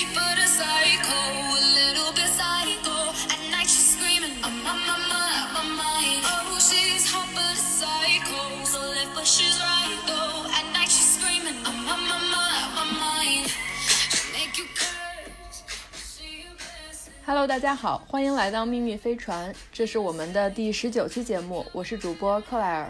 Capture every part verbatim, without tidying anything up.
but a psycho, a little bit psycho. At night she's screaming, I'm on my mind, my mind. Oh, she's hot but a psycho, so left but she's right though. At night she's screaming, I'm on my mind, my mind. She'll make you curse, see you blessing. Hello， 大家好，欢迎来到秘密飞船，这是我们的第十九期节目，我是主播克莱尔。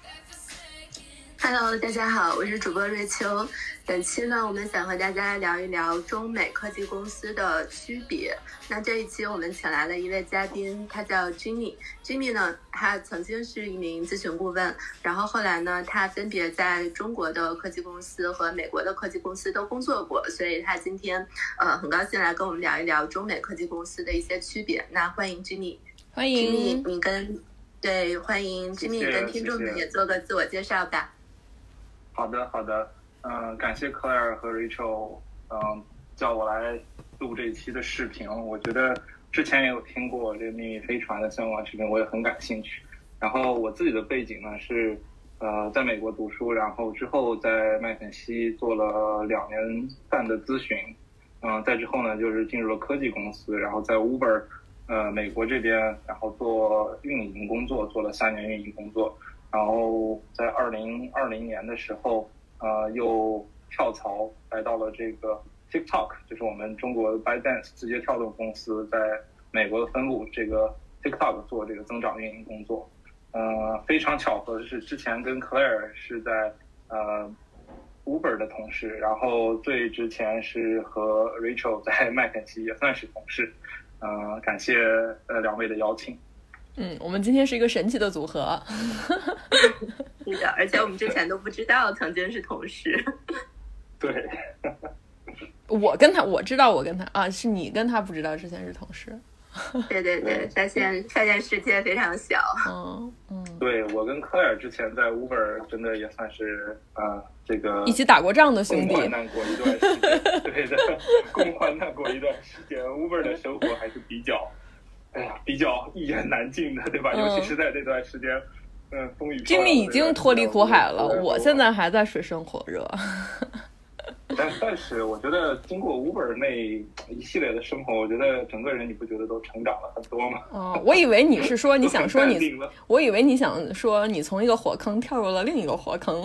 Hello， 大家好，我是主播瑞秋。本期呢，我们想和大家聊一聊中美科技公司的区别。那这一期我们请来了一位嘉宾，他叫 Jimmy。Jimmy 呢，他曾经是一名咨询顾问，然后后来呢，他分别在中国的科技公司和美国的科技公司都工作过，所以他今天呃很高兴来跟我们聊一聊中美科技公司的一些区别。那欢迎 Jimmy， 欢迎 Jimmy， 你跟对欢迎 Jimmy 跟听众们也做个自我介绍吧。 好的，好的，嗯、呃，感谢克莱尔和 Rachel， 嗯、呃，叫我来录这一期的视频。我觉得之前也有听过这个秘密飞船的相关视频，我也很感兴趣。然后我自己的背景呢是，呃，在美国读书，然后之后在麦肯锡做了两年半的咨询，嗯、呃，再之后呢就是进入了科技公司，然后在 Uber， 呃，美国这边，然后做运营工作，做了三年运营工作。然后在二零二零年的时候，呃，又跳槽来到了这个 TikTok， 就是我们中国 ByteDance 字节跳动公司在美国的分部，这个 TikTok 做这个增长运营工作。呃，非常巧合的是，之前跟 Claire 是在呃 Uber 的同事，然后最之前是和 Rachel 在麦肯锡也算是同事。呃，感谢呃两位的邀请。 嗯，我们今天是一个神奇的组合。 是的，而且我们之前都不知道曾经是同事。 对， 我跟他我知道我跟他啊，是你跟他不知道之前是同事。 对对对，发现发现世界非常小。 嗯嗯， 对，我跟科尔之前在 Uber 真的也算是呃这个一起打过仗的兄弟， 共患难过一段时间。对的，共患难过一段时间。Uber 的生活还是比较。哎呀，比较一言难尽的，对吧？嗯、尤其是在这段时间，嗯，风雨飘摇。 Jimmy 已经脱离苦海了，我现在还在水深火热。 但但是，我觉得经过 Uber 那一系列的生活，我觉得整个人你不觉得都成长了很多吗？ 哦，我以为你是说你想说你，我以为你想说你从一个火坑跳入了另一个火坑。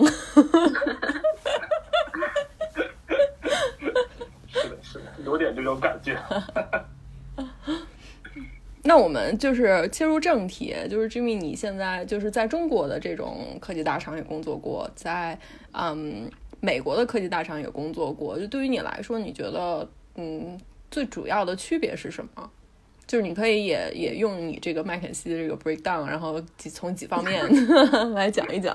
是的，是的，有点这种感觉。 那我们就是切入正题，就是 Jimmy 你现在就是在中国的这种科技大厂也工作过，在嗯美国的科技大厂也工作过，就对于你来说你觉得嗯最主要的区别是什么？就是你可以也也用你这个麦肯锡的这个 breakdown， 然后几从几方面来讲一讲。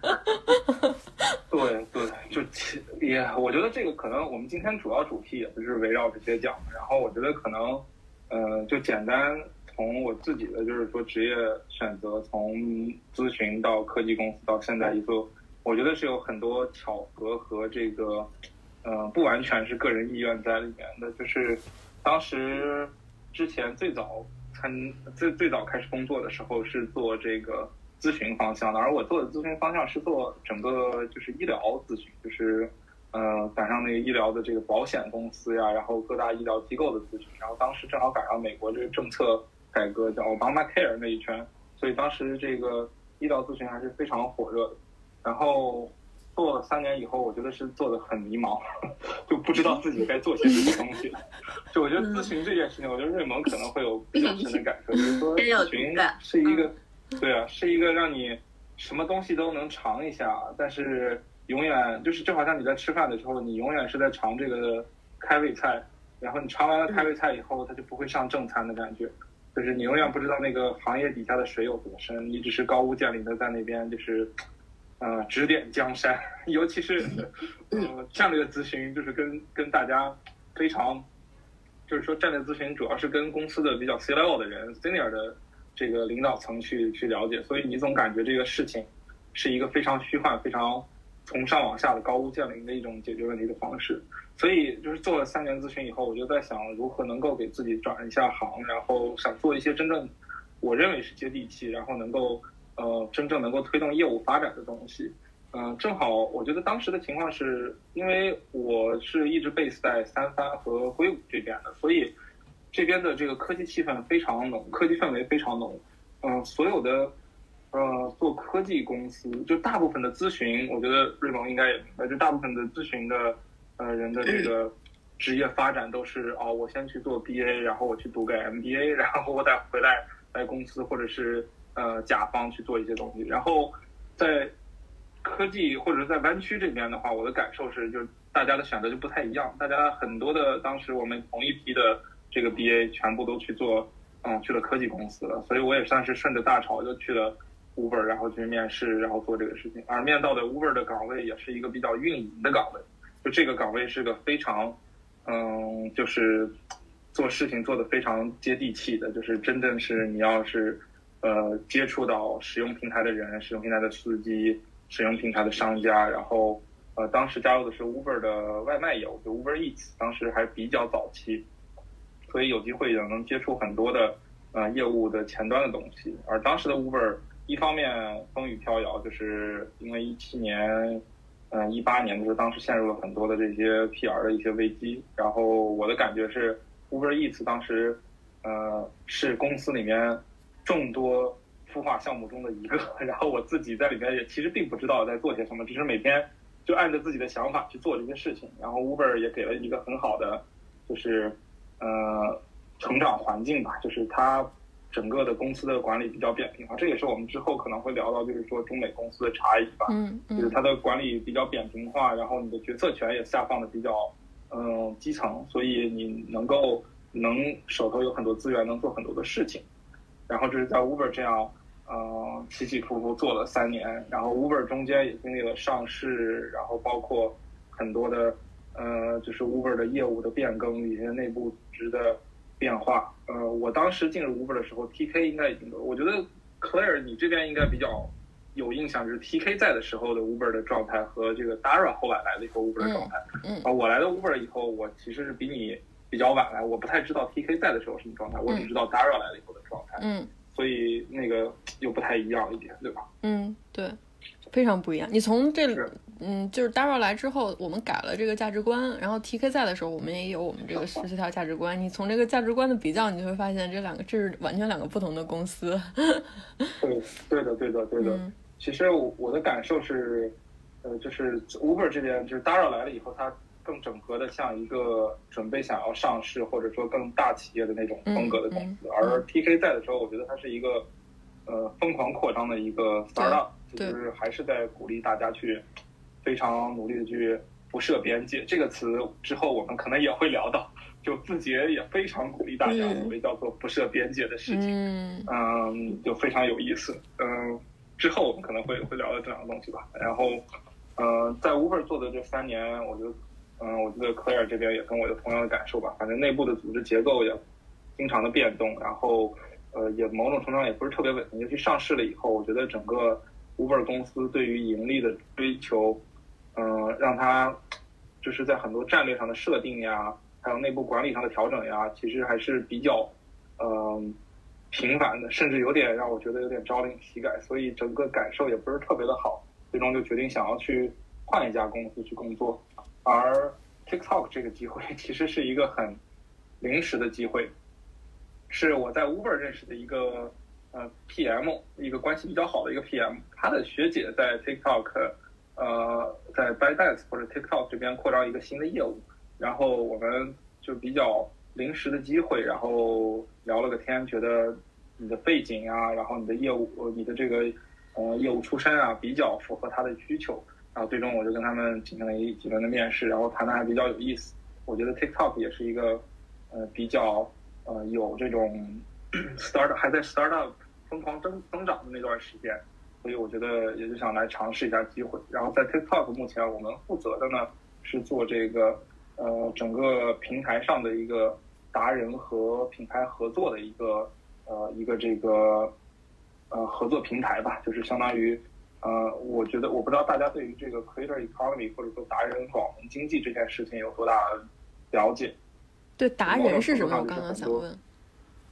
对对，就也我觉得这个可能我们今天主要主题也不是围绕这些讲，然后我觉得可能呃就简单从我自己的就是说职业选择，从咨询到科技公司到现在一个，我觉得是有很多巧合和这个，呃，不完全是个人意愿在里面的。就是当时之前最早参最最早开始工作的时候是做这个咨询方向的，而我做的咨询方向是做整个就是医疗咨询，就是呃赶上那个医疗的这个保险公司呀，然后各大医疗机构的咨询，然后当时正好赶上美国这个政策改革叫 Obamacare 那一圈，所以当时这个医疗咨询还是非常火热的。然后做了三年以后，我觉得是做的很迷茫，就不知道自己该做些什么东西。就我觉得咨询这件事情，我觉得瑞蒙可能会有比较深的感受，就是说咨询是一个，对啊，是一个让你什么东西都能尝一下，但是永远就是就好像你在吃饭的时候，你永远是在尝这个开胃菜，然后你尝完了开胃菜以后，它就不会上正餐的感觉。就是你永远不知道那个行业底下的水有多深，你只是高屋建瓴的在那边就是，呃，指点江山。尤其是呃战略咨询，就是跟跟大家非常，就是说战略咨询主要是跟公司的比较 C level 的人 senior 的这个领导层去去了解，所以你总感觉这个事情是一个非常虚幻、非常从上往下的高屋建瓴的一种解决问题的方式。所以就是做了三年咨询以后，我就在想如何能够给自己转一下行，然后想做一些真正我认为是接地气，然后能够呃真正能够推动业务发展的东西。 嗯、呃，正好我觉得当时的情况是因为我是一直 base 在三藩和硅谷这边的，所以这边的这个科技气氛非常浓，科技氛围非常浓。嗯、呃，所有的呃做科技公司，就大部分的咨询，我觉得瑞龙应该也明白，就大部分的咨询的呃人的这个职业发展都是哦，我先去做 B A， 然后我去读个 M B A， 然后我再回来来公司或者是呃甲方去做一些东西。然后在科技或者在湾区这边的话，我的感受是，就是大家的选择就不太一样。大家很多的当时我们同一批的这个 B A 全部都去做，嗯，去了科技公司了。所以我也算是顺着大潮就去了 Uber， 然后去面试，然后做这个事情。而面到的 Uber 的岗位也是一个比较运营的岗位，就这个岗位是个非常，嗯，就是做事情做得非常接地气的，就是真正是你要是呃接触到使用平台的人、使用平台的司机、使用平台的商家，然后呃当时加入的是 Uber 的外卖业务，就 Uber Eats， 当时还比较早期，所以有机会也能接触很多的呃业务的前端的东西。而当时的 Uber 一方面风雨飘摇，就是因为一七年。嗯，一八年的时候，当时陷入了很多的这些 P R 的一些危机。然后我的感觉是 ，Uber Eats 当时，呃，是公司里面众多孵化项目中的一个。然后我自己在里面也其实并不知道在做些什么，只是每天就按照自己的想法去做这些事情。然后 Uber 也给了一个很好的，就是呃成长环境吧，就是它整个的公司的管理比较扁平化，这也是我们之后可能会聊到，就是说中美公司的差异吧。 嗯嗯， 就是它的管理比较扁平化，然后你的决策权也下放的比较嗯、呃、基层，所以你能够能手头有很多资源，能做很多的事情。然后这是在 Uber 这样呃起起伏伏做了三年，然后 Uber 中间也经历了上市，然后包括很多的呃就是 Uber 的业务的变更，一些内部组织的变化。呃，我当时进入 Uber 的时候 ，T K 应该已经有，我觉得 Claire 你这边应该比较有印象，就是 T K 在的时候的 Uber 的状态和这个 Dara 后来来的以后 Uber 的状态。 嗯， 啊、嗯，我来的 Uber 以后，我其实是比你比较晚来，我不太知道 T K 在的时候什么状态，我只知道 Dara 来了以后的状态。 嗯， 所以那个又不太一样一点，对吧？ 嗯，对，非常不一样。你从这嗯，就是 Dara 来之后，我们改了这个价值观，然后 T K 在的时候，我们也有我们这个十四条价值观。你从这个价值观的比较，你就会发现这两个这是完全两个不同的公司。 对，对的，对的，对的。 嗯、 其实我我的感受是，呃，就是 Uber 这边，就是 Dara 来了以后，它更整合的像一个准备想要上市或者说更大企业的那种风格的公司， 嗯嗯、 而 T K 在的时候，我觉得它是一个呃疯狂扩张的一个 startup， 就是还是在鼓励大家去。非常努力的去不设边界，这个词之后我们可能也会聊到，就字节也非常鼓励大家所谓叫做不设边界的事情， 嗯， 嗯，就非常有意思，嗯，之后我们可能会会聊到这两个东西吧。然后，呃，在 Uber 做的这三年，我觉得，嗯，我觉得 Claire 这边也跟我有同样的感受吧。反正内部的组织结构也经常的变动，然后，呃，也某种程度上也不是特别稳定。尤其上市了以后，我觉得整个 Uber 公司对于盈利的追求。嗯、呃，让它就是在很多战略上的设定呀，还有内部管理上的调整呀，其实还是比较嗯、呃、频繁的，甚至有点让我觉得有点朝令夕改，所以整个感受也不是特别的好，最终就决定想要去换一家公司去工作。而 TikTok 这个机会其实是一个很临时的机会，是我在 Uber 认识的一个呃 P M， 一个关系比较好的一个 P M， 他的学姐在 TikTok。呃，在 ByteDance 或者 TikTok 这边扩张一个新的业务，然后我们就比较临时的机会，然后聊了个天，觉得你的背景啊，然后你的业务，你的这个呃业务出身啊，比较符合他的需求，然后最终我就跟他们进行了一几轮的面试，然后谈的还比较有意思。我觉得 TikTok 也是一个呃比较呃有这种 startup 还在 startup 疯狂增增长的那段时间。所以我觉得也就想来尝试一下机会。然后在 TikTok 目前我们负责的呢是做这个呃整个平台上的一个达人和品牌合作的一个呃一个这个呃合作平台吧，就是相当于呃我觉得我不知道大家对于这个 Creator Economy 或者说达人广盟经济这件事情有多大了解。 对，达人是什么？我刚刚想问。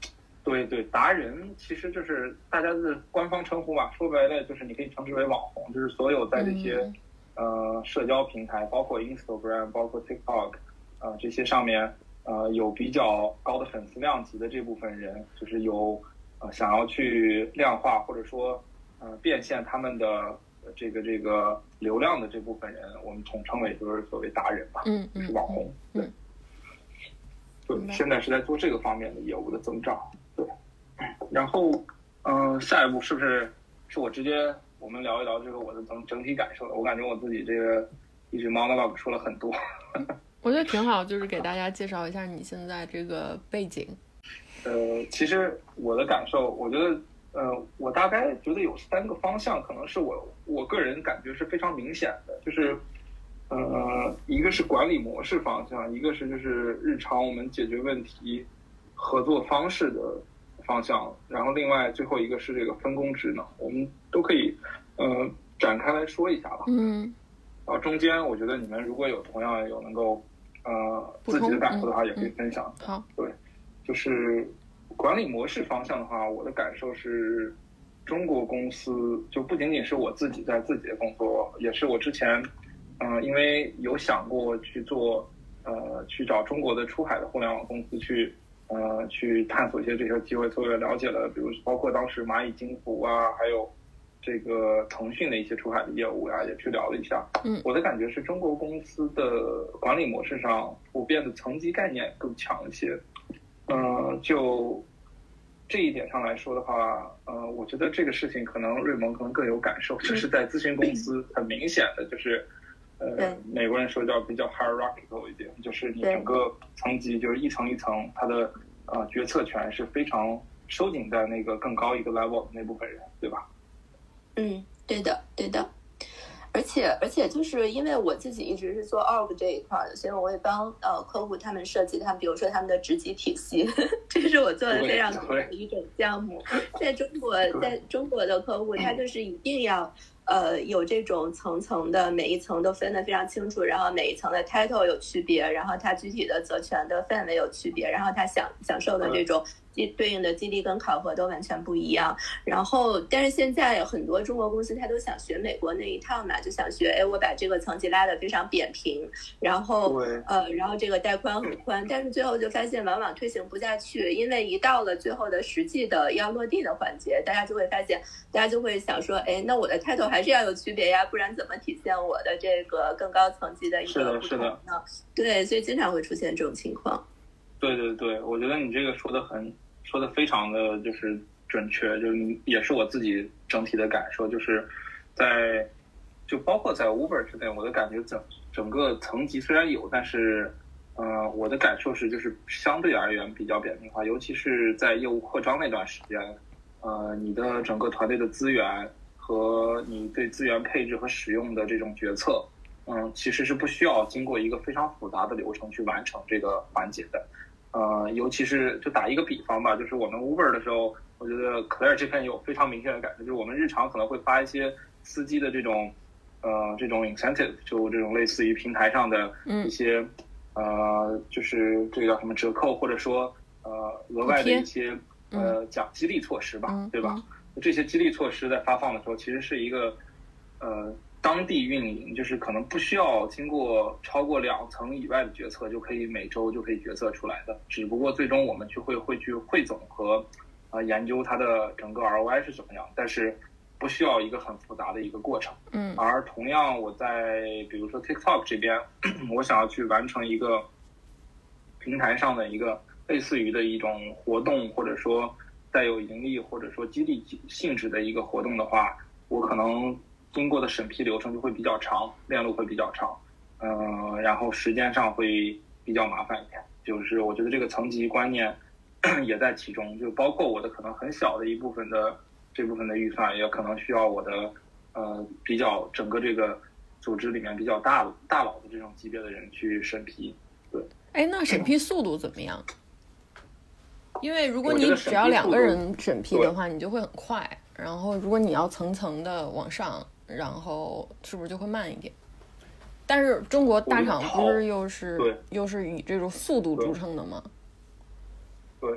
对对，达人其实就是大家的官方称呼吧，说白了就是你可以称之为网红，就是所有在这些、嗯、呃社交平台，包括 Instagram， 包括 TikTok， 呃这些上面呃有比较高的粉丝量级的这部分人，就是有呃想要去量化或者说呃变现他们的这个这个流量的这部分人，我们统称为就是所谓达人吧， 嗯， 就是网红， 嗯、 对。对，现在是在做这个方面的业务的增长。对，然后，嗯、呃，下一步是不是是我直接我们聊一聊这个我的整整体感受的？我感觉我自己这个一直 monologue 说了很多。 我觉得挺好，就是给大家介绍一下你现在这个背景。 呃，其实我的感受，我觉得，呃，我大概觉得有三个方向，可能是我我个人感觉是非常明显的，就是。呃，一个是管理模式方向，一个是就是日常我们解决问题合作方式的方向，然后另外最后一个是这个分工职能，我们都可以呃展开来说一下吧。 嗯， 然后中间我觉得你们如果有同样有能够呃自己的感受的话，也可以分享。 嗯嗯、好， 对，就是管理模式方向的话，我的感受是，中国公司就不仅仅是我自己在自己的工作，也是我之前。嗯、呃，因为有想过去做，呃，去找中国的出海的互联网公司去，呃，去探索一些这些机会，所以了解了，比如包括当时蚂蚁金服啊，还有这个腾讯的一些出海的业务啊，也去聊了一下。 嗯， 我的感觉是中国公司的管理模式上普遍的层级概念更强一些。呃，就这一点上来说的话，呃，我觉得这个事情可能瑞蒙可能更有感受，就是在咨询公司很明显的就是。呃，美国人说叫比较 hierarchical 一点，就是你整个层级就是一层一层，它的呃决策权是非常收紧在那个更高一个 level 的那部分人，对吧？ 嗯，对的，对的。而且而且就是因为我自己一直是做 org 这一块的，所以我会帮呃客户他们设计他们，比如说他们的职级体系，这是我做的非常多的一种项目。在中国，在中国的客户，他就是一定要。呃，有这种层层的，每一层都分得非常清楚，然后每一层的 title 有区别，然后它具体的责权的范围有区别，然后它享享受的这种对应的激励跟考核都完全不一样。然后，但是现在有很多中国公司，他都想学美国那一套嘛，就想学，哎，我把这个层级拉得非常扁平，然后呃，然后这个带宽很宽，但是最后就发现往往推行不下去，因为一到了最后的实际的要落地的环节，大家就会发现，大家就会想说，哎，那我的 title 还是要有区别呀，不然怎么体现我的这个更高层级的一个不同呢？是的，对，所以经常会出现这种情况。 对对对，我觉得你这个说的很说的非常的就是准确，就是也是我自己整体的感受，就是在就包括在 Uber 之内，我的感觉整整个层级虽然有，但是呃，我的感受是就是相对而言比较扁平化，尤其是在业务扩张那段时间，呃，你的整个团队的资源和你对资源配置和使用的这种决策，嗯，其实是不需要经过一个非常复杂的流程去完成这个环节的。呃，尤其是就打一个比方吧，就是我们 Uber 的时候，我觉得 Claire 这边有非常明显的感受，就是我们日常可能会发一些司机的这种呃这种 incentive， 就这种类似于平台上的一些、嗯、呃就是这个叫什么折扣，或者说呃额外的一些呃奖激励措施吧， 嗯、 对吧？嗯、这些激励措施在发放的时候，其实是一个呃。当地运营就是可能不需要经过超过两层以外的决策就可以每周就可以决策出来的，只不过最终我们去会会去汇总和啊、呃、研究它的整个 R O I 是怎么样，但是不需要一个很复杂的一个过程。 嗯， 而同样我在比如说 TikTok 这边，我想要去完成一个平台上的一个类似于的一种活动，或者说带有盈利或者说激励性质的一个活动的话，我可能经过的审批流程就会比较长，链路会比较长，嗯、呃，然后时间上会比较麻烦一点。就是我觉得这个层级观念也在其中，就包括我的可能很小的一部分的这部分的预算，也可能需要我的呃比较整个这个组织里面比较大大佬的这种级别的人去审批。对， 哎，那审批速度怎么样？因为如果你只要两个人审批的话，你就会很快。然后如果你要层层的往上，然后是不是就会慢一点？但是中国大厂不是又是又是以这种速度著称的吗？ 对，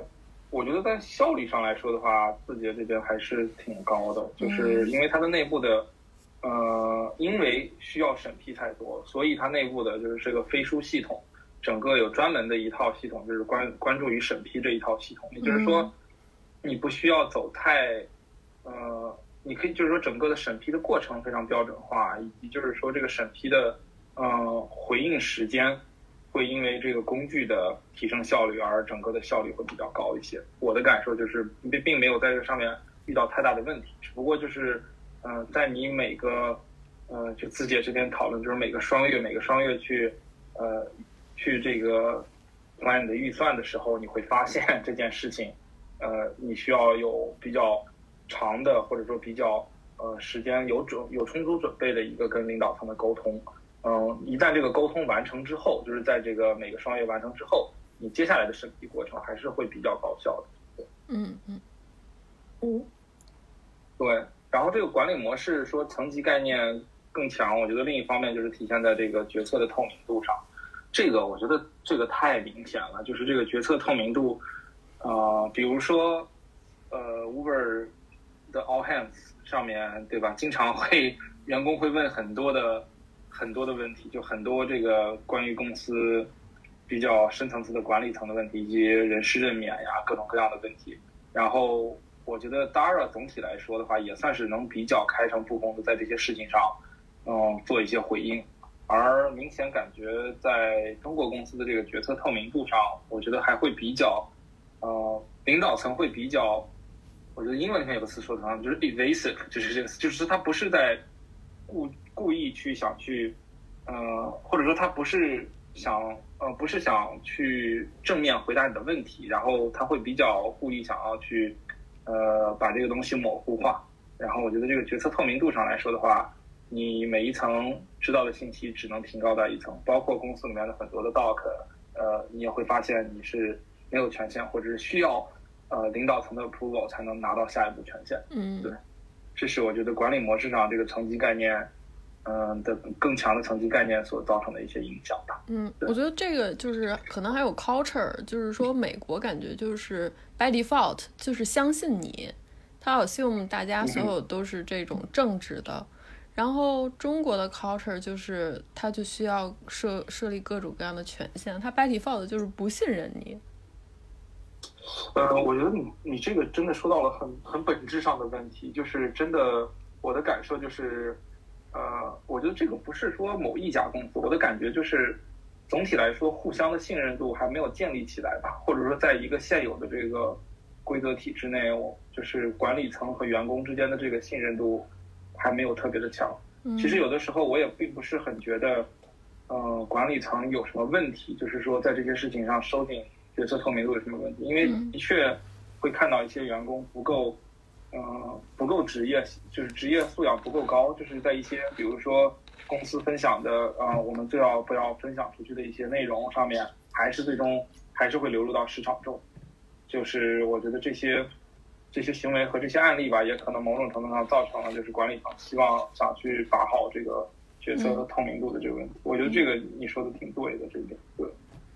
我觉得在效率上来说的话，字节这边还是挺高的，就是因为它的内部的，呃，因为需要审批太多，所以它内部的就是这个飞书系统，整个有专门的一套系统，就是关关注于审批这一套系统。也就是说，你不需要走太，呃，你可以就是说整个的审批的过程非常标准化，以及就是说这个审批的，呃，回应时间。会因为这个工具的提升效率而整个的效率会比较高一些。我的感受就是并并没有在这上面遇到太大的问题，只不过就是呃在你每个呃就字节这边讨论，就是每个双月每个双月去呃去这个 plan 你的预算的时候，你会发现这件事情呃你需要有比较长的或者说比较呃时间有准有充足准备的一个跟领导层的沟通。嗯，一旦这个沟通完成之后，就是在这个每个双月完成之后，你接下来的审批过程还是会比较高效的。 嗯嗯嗯， 对。然后这个管理模式说层级概念更强，我觉得另一方面就是体现在这个决策的透明度上。这个我觉得这个太明显了，就是这个决策透明度，呃，比如说呃 Uber 的 All Hands 上面，对吧？经常会员工会问很多的。很多的问题，就很多这个关于公司比较深层次的管理层的问题，以及人事任免呀，各种各样的问题。然后我觉得 Dara 总体来说的话，也算是能比较开诚布公的在这些事情上，嗯，做一些回应。而明显感觉在中国公司的这个决策透明度上，我觉得还会比较，呃，领导层会比较，我觉得英文里面有个词说的很好，就是 evasive， 就是这个，就是他不是在故故意去想去，呃，或者说他不是想，呃，不是想去正面回答你的问题，然后他会比较故意想要去，呃，把这个东西模糊化。然后我觉得这个决策透明度上来说的话，你每一层知道的信息只能提高到一层，包括公司里面的很多的 doc， 呃，你也会发现你是没有权限，或者是需要呃领导层的 approval 才能拿到下一步权限。 嗯， 对，这是我觉得管理模式上这个层级概念，嗯、呃、的更强的层级概念所造成的一些影响吧。 嗯，我觉得这个就是可能还有 culture， 就是说美国感觉就是 by default 就是相信你。他 assume 大家所有都是这种正直的，嗯、然后中国的 culture 就是他就需要设设立各种各样的权限，他 by default 就是不信任你。 呃，我觉得你你这个真的说到了很很本质上的问题，就是真的我的感受就是，呃，我觉得这个不是说某一家公司，我的感觉就是总体来说互相的信任度还没有建立起来吧，或者说在一个现有的这个规则体制内，我就是管理层和员工之间的这个信任度还没有特别的强。其实有的时候我也并不是很觉得，呃，管理层有什么问题，就是说在这些事情上收紧决策透明度有什么问题？因为的确会看到一些员工不够，呃，不够职业，就是职业素养不够高，就是在一些比如说公司分享的，呃，我们最要不要分享出去的一些内容上面，还是最终还是会流入到市场中。就是我觉得这些这些行为和这些案例吧，也可能某种程度上造成了就是管理层希望想去把好这个决策的透明度的这个问题。嗯、我觉得这个你说的挺对的，这一点对。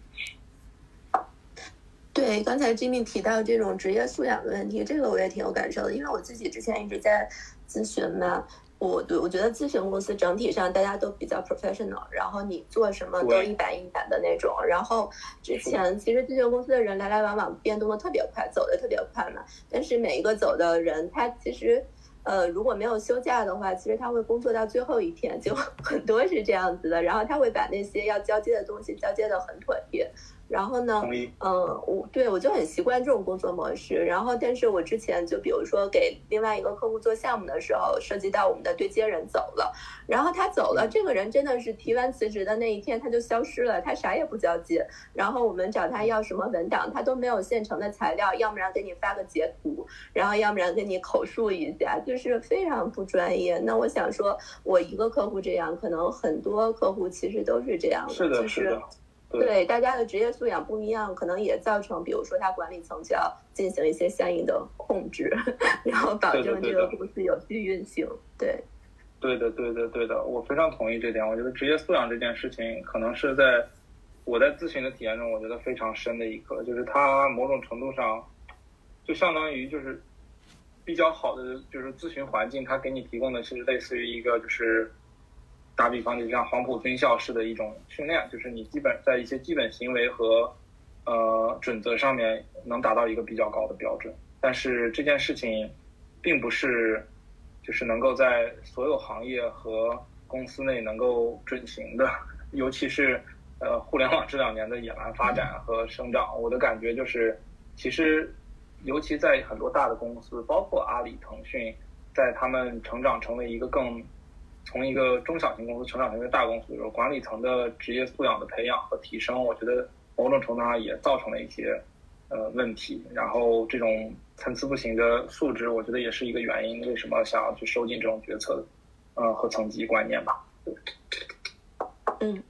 对，刚才 Jimmy 提到这种职业素养的问题，这个我也挺有感受的，因为我自己之前一直在咨询嘛。我对我觉得咨询公司整体上大家都比较 professional， 然后你做什么都一板一眼的那种。然后之前其实咨询公司的人来来往往变动的特别快，走的特别快嘛。但是每一个走的人，他其实呃如果没有休假的话，其实他会工作到最后一天，就很多是这样子的。然后他会把那些要交接的东西交接的很妥帖。然后呢，嗯，我对我就很习惯这种工作模式。然后，但是我之前就比如说给另外一个客户做项目的时候，涉及到我们的对接人走了，然后他走了，这个人真的是提完辞职的那一天他就消失了，他啥也不交接。然后我们找他要什么文档，他都没有现成的材料，要不然给你发个截图，然后要不然给你口述一下，就是非常不专业。那我想说，我一个客户这样，可能很多客户其实都是这样的， 是的， 就是的。 对，大家的职业素养不一样，可能也造成，比如说他管理层就要进行一些相应的控制，然后保证这个公司有序运行。对， 对的，对的，对的，我非常同意这点。我觉得职业素养这件事情，可能是在我在咨询的体验中，我觉得非常深的一课，就是它某种程度上就相当于就是比较好的就是咨询环境，它给你提供的是类似于一个就是打比方就像黄埔军校式的一种训练，就是你基本在一些基本行为和呃准则上面能达到一个比较高的标准。但是这件事情并不是就是能够在所有行业和公司内能够准行的，尤其是呃互联网这两年的野蛮发展和生长，我的感觉就是其实尤其在很多大的公司，包括阿里、腾讯，在他们成长成为一个更从一个中小型公司成长成为大公司的时候，管理层的职业素养的培养和提升，我觉得某种程度上也造成了一些呃问题。然后这种参差不齐的素质，我觉得也是一个原因，为什么想要去收紧这种决策的呃和层级观念吧。对， 嗯。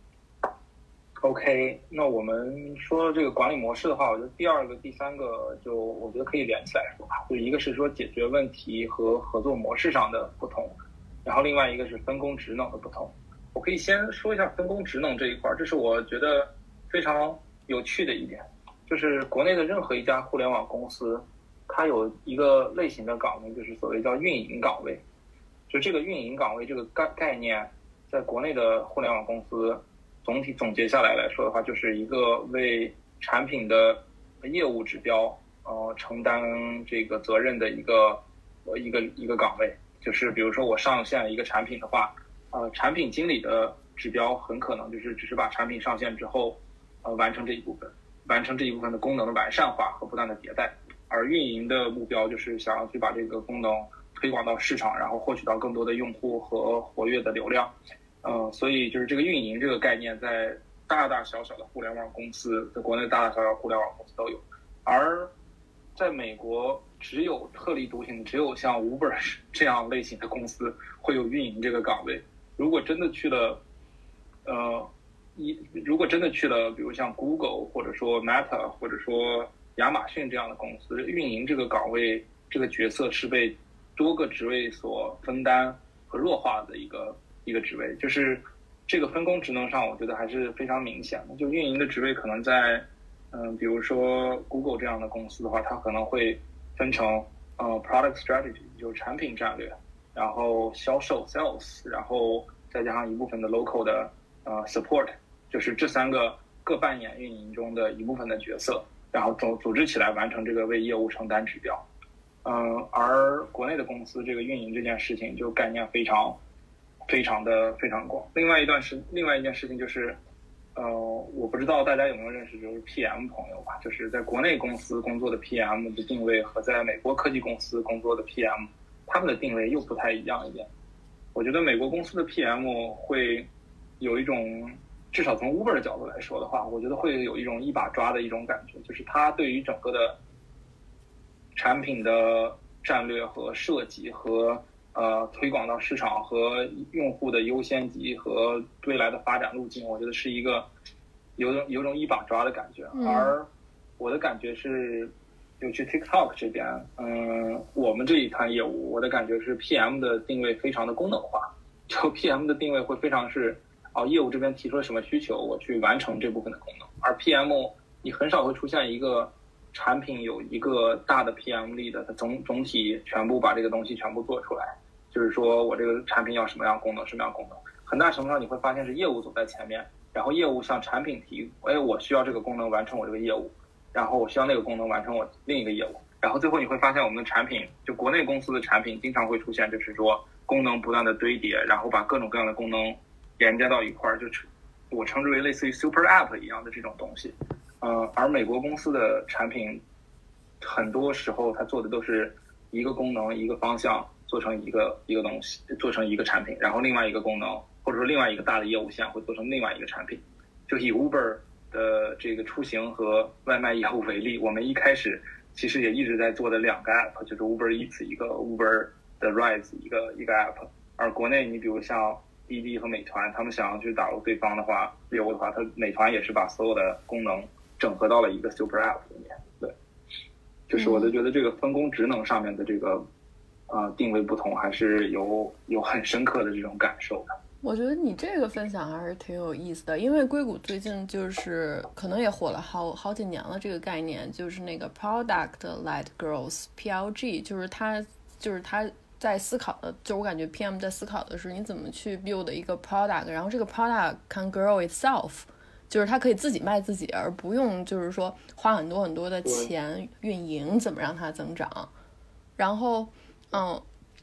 OK， 那我们说这个管理模式的话，我觉得第二个、第三个就我觉得可以连起来说吧。就一个是说解决问题和合作模式上的不同，然后另外一个是分工职能的不同。我可以先说一下分工职能这一块，这是我觉得非常有趣的一点，就是国内的任何一家互联网公司，它有一个类型的岗位，就是所谓叫运营岗位。就这个运营岗位这个概概念，在国内的互联网公司总体总结下来来说的话，就是一个为产品的业务指标呃承担这个责任的一个一个一个岗位。就是比如说我上线一个产品的话，呃产品经理的指标很可能就是只是把产品上线之后呃完成这一部分完成这一部分的功能的完善化和不断的迭代，而运营的目标就是想要去把这个功能推广到市场，然后获取到更多的用户和活跃的流量。呃，所以就是这个运营这个概念，在大大小小的互联网公司，在国内大大小小互联网公司都有，而在美国只有特立独行，只有像 Uber 这样类型的公司会有运营这个岗位。如果真的去了，呃，一如果真的去了，比如像 Google 或者说 Meta 或者说亚马逊这样的公司，运营这个岗位这个角色是被多个职位所分担和弱化的一个。一个职位，就是这个分工职能上，我觉得还是非常明显的。就运营的职位可能在，嗯、呃，比如说 Google 这样的公司的话，它可能会分成呃 product strategy， 就是产品战略，然后销售 sales， 然后再加上一部分的 local 的呃 support， 就是这三个各扮演运营中的一部分的角色，然后组组织起来完成这个为业务承担指标。嗯、呃，而国内的公司这个运营这件事情就概念非常。非常的非常广。另外一段是另外一件事情就是，呃，我不知道大家有没有认识，就是 P M 朋友吧，就是在国内公司工作的 P M 的定位和在美国科技公司工作的 P M， 他们的定位又不太一样一点。我觉得美国公司的 P M 会有一种，至少从 Uber 的角度来说的话，我觉得会有一种一把抓的一种感觉，就是他对于整个的产品的战略和设计和呃，推广到市场和用户的优先级和未来的发展路径，我觉得是一个有种有种一把抓的感觉。 嗯、 而我的感觉是，就去 TikTok 这边，嗯，我们这一摊业务，我的感觉是 P M 的定位非常的功能化，就 P M 的定位会非常是，哦，业务这边提出了什么需求，我去完成这部分的功能。而 P M 你很少会出现一个产品有一个大的 P M 力的，它总总体全部把这个东西全部做出来。就是说我这个产品要什么样功能，什么样功能，很大程度上你会发现是业务走在前面，然后业务向产品提，哎，我需要这个功能完成我这个业务，然后我需要那个功能完成我另一个业务，然后最后你会发现我们的产品，就国内公司的产品经常会出现，就是说功能不断的堆叠，然后把各种各样的功能连接到一块儿，就我称之为类似于 super app 一样的这种东西。呃，而美国公司的产品很多时候它做的都是一个功能一个方向做成一个一个东西，做成一个产品，然后另外一个功能或者说另外一个大的业务线会做成另外一个产品。就以 Uber 的这个出行和外卖业务为例，我们一开始其实也一直在做的两个 app， 就是 Uber Eats 一个 Uber 的 Rides 一个一个 app。而国内你比如像滴滴和美团，他们想要去打入对方的话业务的话，它美团也是把所有的功能整合到了一个 super app 里面。对，就是我就觉得这个分工职能上面的这个呃定位不同，还是有有很深刻的这种感受的。 我觉得你这个分享还是挺有意思的，因为硅谷最近就是可能也火了好好几年了，这个概念就是那个 product led growth P L G， 就是它就是它在思考的，就我感觉 P M 在思考的是你怎么去 build 一个 product， 然后这个 product can grow itself， 就是它可以自己卖自己，而不用就是说花很多很多的钱运营怎么让它增长。然后嗯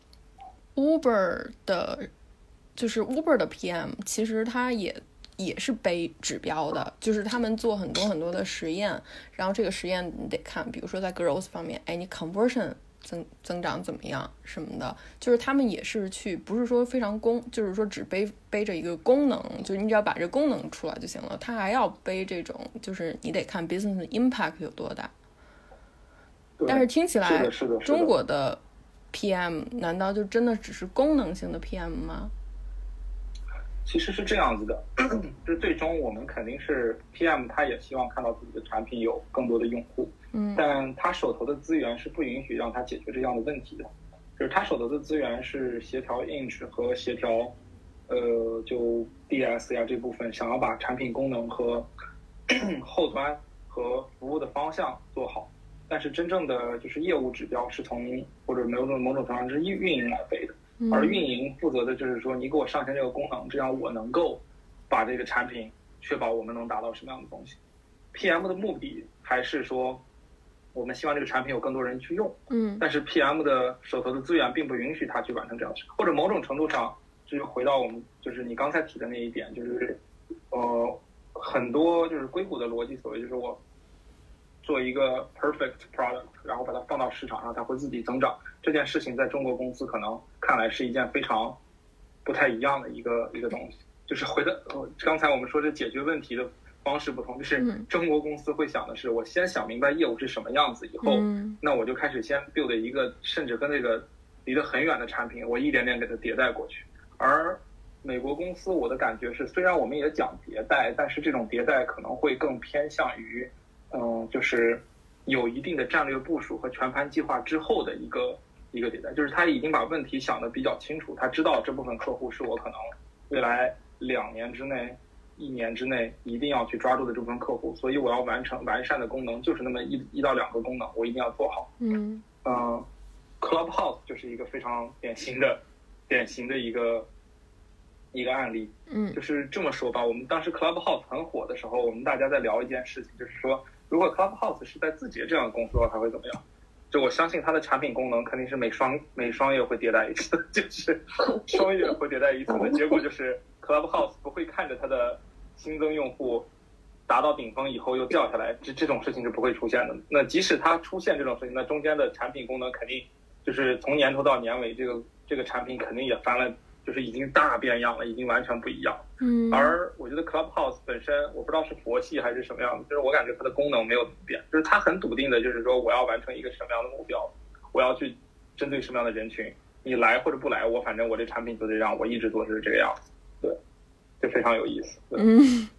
Uber 的就是 Uber 的 P M 其实它也也是背指标的，就是他们做很多很多的实验，然后这个实验你得看，比如说在 growth 方面，哎，你 conversion 增增长怎么样什么的，就是他们也是去不是说非常功，就是说只背背着一个功能，就是你只要把这功能出来就行了，他还要背这种，就是你得看 business impact 有多大。但是听起来中国的 P M 难道就真的只是功能性的 P M 吗？ 其实是这样子的，就是最终我们肯定是 P M， 他也希望看到自己的产品有更多的用户， 嗯， 但他手头的资源是不允许让他解决这样的问题的，就是他手头的资源是协调 int 和协调，呃，就 D S 呀这部分，想要把产品功能和后端和服务的方向做好，但是真正的就是业务指标是从或者某种某种程度上是运营来背的。而运营负责的就是说，你给我上线这个功能，这样我能够把这个产品确保我们能达到什么样的东西。P M 的目的还是说，我们希望这个产品有更多人去用， 嗯， 但是 P M 的手头的资源并不允许他去完成这样的事，或者某种程度上，就是回到我们就是你刚才提的那一点，就是呃很多就是硅谷的逻辑，所谓就是我做一个 perfect product， 然后把它放到市场上，它会自己增长。这件事情在中国公司可能看来是一件非常不太一样的一个一个东西，就是回到刚才我们说这解决问题的方式不同，就是中国公司会想的是，我先想明白业务是什么样子以后， 嗯、 那我就开始先 build 一个甚至跟那个离得很远的产品，我一点点给它迭代过去。而美国公司我的感觉是，虽然我们也讲迭代，但是这种迭代可能会更偏向于嗯，就是有一定的战略部署和全盘计划之后的一个一个迭代，就是他已经把问题想得比较清楚，他知道这部分客户是我可能未来两年之内、一年之内一定要去抓住的这部分客户，所以我要完成完善的功能，就是那么一一到两个功能，我一定要做好。 嗯嗯、呃、，Clubhouse 就是一个非常典型的、典型的一个一个案例。 嗯， 就是这么说吧，我们当时 Clubhouse 很火的时候，我们大家在聊一件事情，就是说，如果 Clubhouse 是在字节这样的公司的话，它会怎么样？就我相信它的产品功能肯定是每双每双月会迭代一次，就是双月会迭代一次的结果就是 Clubhouse 不会看着它的新增用户达到顶峰以后又掉下来，这这种事情是不会出现的。那即使它出现这种事情，那中间的产品功能肯定就是从年头到年尾，这个这个产品肯定也翻了，就是已经大变样了，已经完全不一样。 嗯， 而我觉得 Clubhouse 本身，我不知道是佛系还是什么样的，就是我感觉它的功能没有怎么变，就是它很笃定的，就是说我要完成一个什么样的目标，我要去针对什么样的人群，你来或者不来，我反正我这产品就得让我一直做是这个样子，对，就非常有意思。 嗯，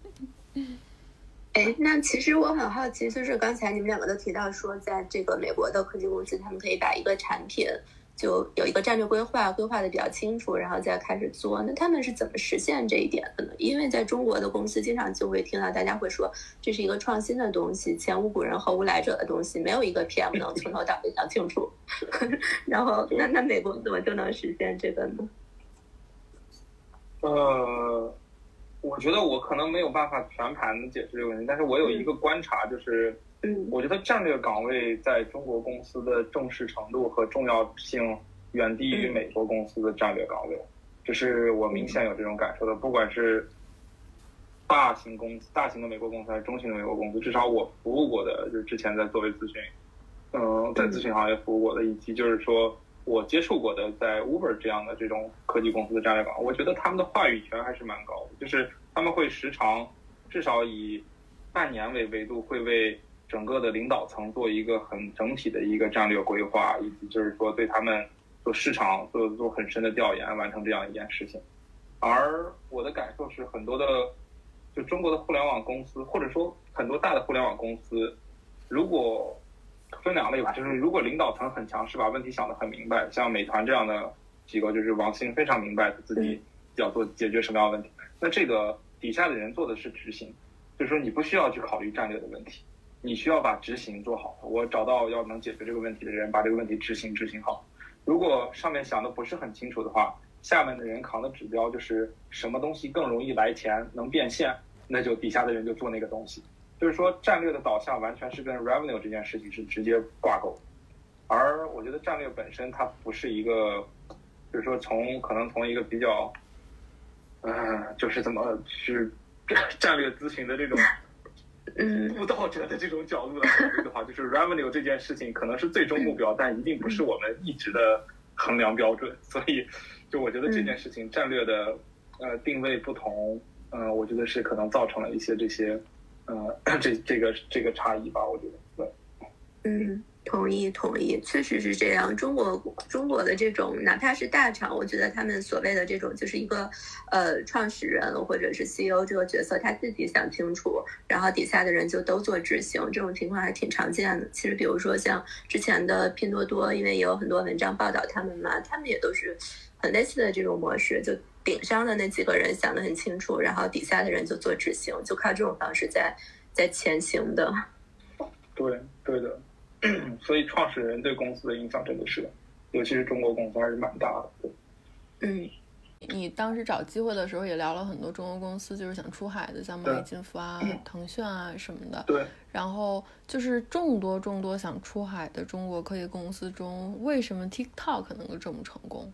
哎，那其实我很好奇，就是刚才你们两个都提到说，在这个美国的科技公司，他们可以把一个产品就有一个战略规划，规划的比较清楚，然后再开始做。那他们是怎么实现这一点的呢？因为在中国的公司，经常就会听到大家会说，这是一个创新的东西，前无古人后无来者的东西，没有一个 P M 能从头到尾讲清楚。然后，那那美国怎么就能实现这个呢？ 呃，我觉得我可能没有办法全盘的解释这个问题，但是我有一个观察，就是嗯， 我觉得战略岗位在中国公司的重视程度和重要性远低于美国公司的战略岗位，这是我明显有这种感受的。不管是大型公司、大型的美国公司还是中型的美国公司，至少我服务过的，就是之前在作为咨询，嗯，在咨询行业服务过的，以及就是说我接触过的在 Uber 这样的这种科技公司的战略岗位，我觉得他们的话语权还是蛮高的，就是他们会时常至少以半年为维度，会为整个的领导层做一个很整体的一个战略规划，以及就是说对他们做市场做做很深的调研，完成这样一件事情。而我的感受是，很多的就中国的互联网公司，或者说很多大的互联网公司，如果分两类吧，就是如果领导层很强势，把问题想得很明白，像美团这样的机构，就是王兴非常明白自己要做解决什么样的问题。那这个底下的人做的是执行，就是说你不需要去考虑战略的问题，你需要把执行做好。我找到要能解决这个问题的人，把这个问题执行执行好。如果上面想的不是很清楚的话，下面的人扛的指标就是什么东西更容易来钱能变现，那就底下的人就做那个东西。就是说战略的导向完全是跟 revenue 这件事情是直接挂钩，而我觉得战略本身它不是一个，就是说从可能从一个比较嗯、呃、就是怎么是战略咨询的这种辅导者的这种角度来考虑的话，就是 revenue 这件事情可能是最终目标，但一定不是我们一直的衡量标准。所以就我觉得这件事情战略的呃定位不同，呃我觉得是可能造成了一些这些呃这这个这个差异吧，我觉得。对， 嗯，同意同意，确实是这样。中国中国的这种哪怕是大厂，我觉得他们所谓的这种就是一个呃创始人或者是 C E O 这个角色，他自己想清楚，然后底下的人就都做执行，这种情况还挺常见的。其实比如说像之前的拼多多，因为也有很多文章报道他们嘛，他们也都是很类似的这种模式，就顶上的那几个人想得很清楚，然后底下的人就做执行，就靠这种方式在在前行的。 对对的。所以创始人对公司的影响真的是，尤其是中国公司还是蛮大的。 嗯， 你当时找机会的时候也聊了很多中国公司，就是想出海的，像蚂蚁金服啊、腾讯啊什么的。 对。 然后就是众多众多想出海的中国科技公司中，为什么 TikTok 能够这么成功？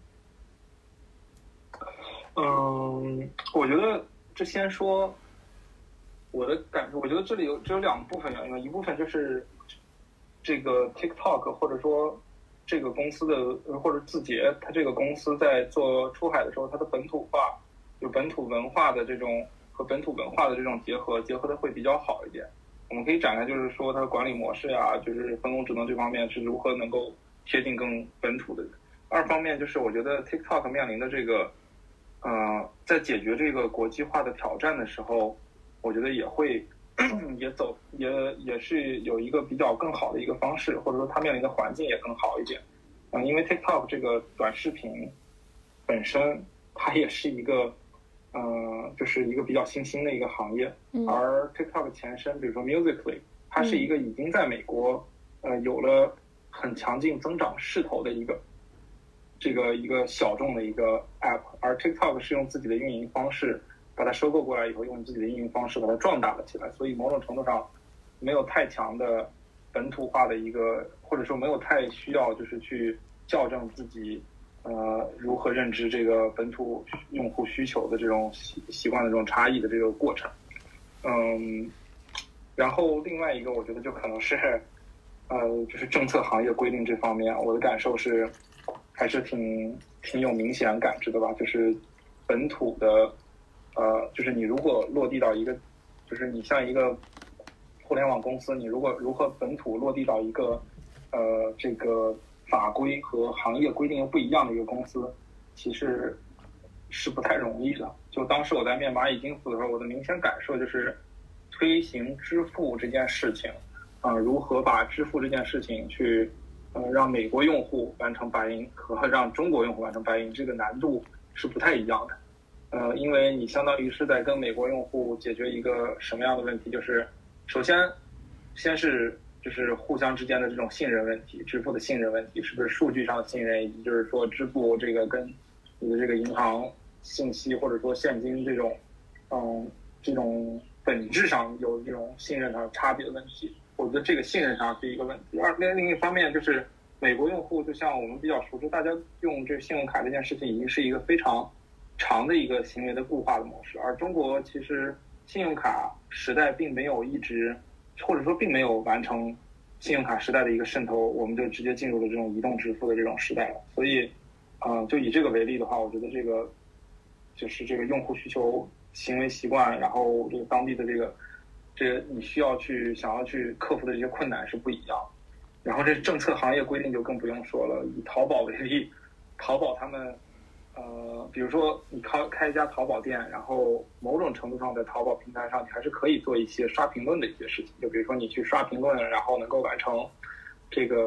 嗯，我觉得这先说我的感受，我觉得这里有只有两部分原因，一部分就是这个 TikTok 或者说这个公司的或者字节，它这个公司在做出海的时候，它的本土化，就本土文化的这种和本土文化的这种结合，结合的会比较好一点。我们可以展开，就是说它的管理模式呀，就是人工智能这方面是如何能够贴近更本土的。二方面就是我觉得 TikTok 面临的这个，呃，在解决这个国际化的挑战的时候，我觉得也会。也走也也是有一个比较更好的一个方式，或者说它面临的环境也更好一点。嗯，因为 TikTok 这个短视频本身它也是一个呃就是一个比较新兴的一个行业， 嗯、 而 TikTok 前身比如说 Musical.ly 它是一个已经在美国呃有了很强劲增长势头的一个这个一个小众的一个 app， 而 TikTok 是用自己的运营方式把它收购过来以后，用自己的运营方式把它壮大了起来，所以某种程度上没有太强的本土化的一个，或者说没有太需要就是去校正自己呃如何认知这个本土用户需求的这种习习惯的这种差异的这个过程。嗯，然后另外一个我觉得就可能是呃就是政策行业规定这方面，我的感受是还是挺挺有明显感知的吧，就是本土的。呃，就是你如果落地到一个，就是你像一个互联网公司，你如果如何本土落地到一个呃这个法规和行业规定又不一样的一个公司，其实是不太容易的。就当时我在面蚂蚁金服的时候，我的明显感受就是推行支付这件事情啊、呃，如何把支付这件事情去呃让美国用户完成白银和让中国用户完成白银，这个难度是不太一样的。呃，因为你相当于是在跟美国用户解决一个什么样的问题？就是首先，先是就是互相之间的这种信任问题，支付的信任问题，是不是数据上的信任，以及就是说支付这个跟你的这个银行信息或者说现金这种，嗯，这种本质上有这种信任上差别的问题。我觉得这个信任上是一个问题。二另一方面就是美国用户，就像我们比较熟知，大家用这个信用卡这件事情已经是一个非常长的一个行为的固化的模式，而中国其实信用卡时代并没有一直，或者说并没有完成信用卡时代的一个渗透，我们就直接进入了这种移动支付的这种时代了。所以，呃，就以这个为例的话，我觉得这个就是这个用户需求、行为习惯，然后这个当地的这个这个你需要去想要去克服的这些困难是不一样。然后这政策行业规定就更不用说了，以淘宝为例，淘宝他们。呃，比如说你开开一家淘宝店，然后某种程度上在淘宝平台上，你还是可以做一些刷评论的一些事情。就比如说你去刷评论，然后能够完成这个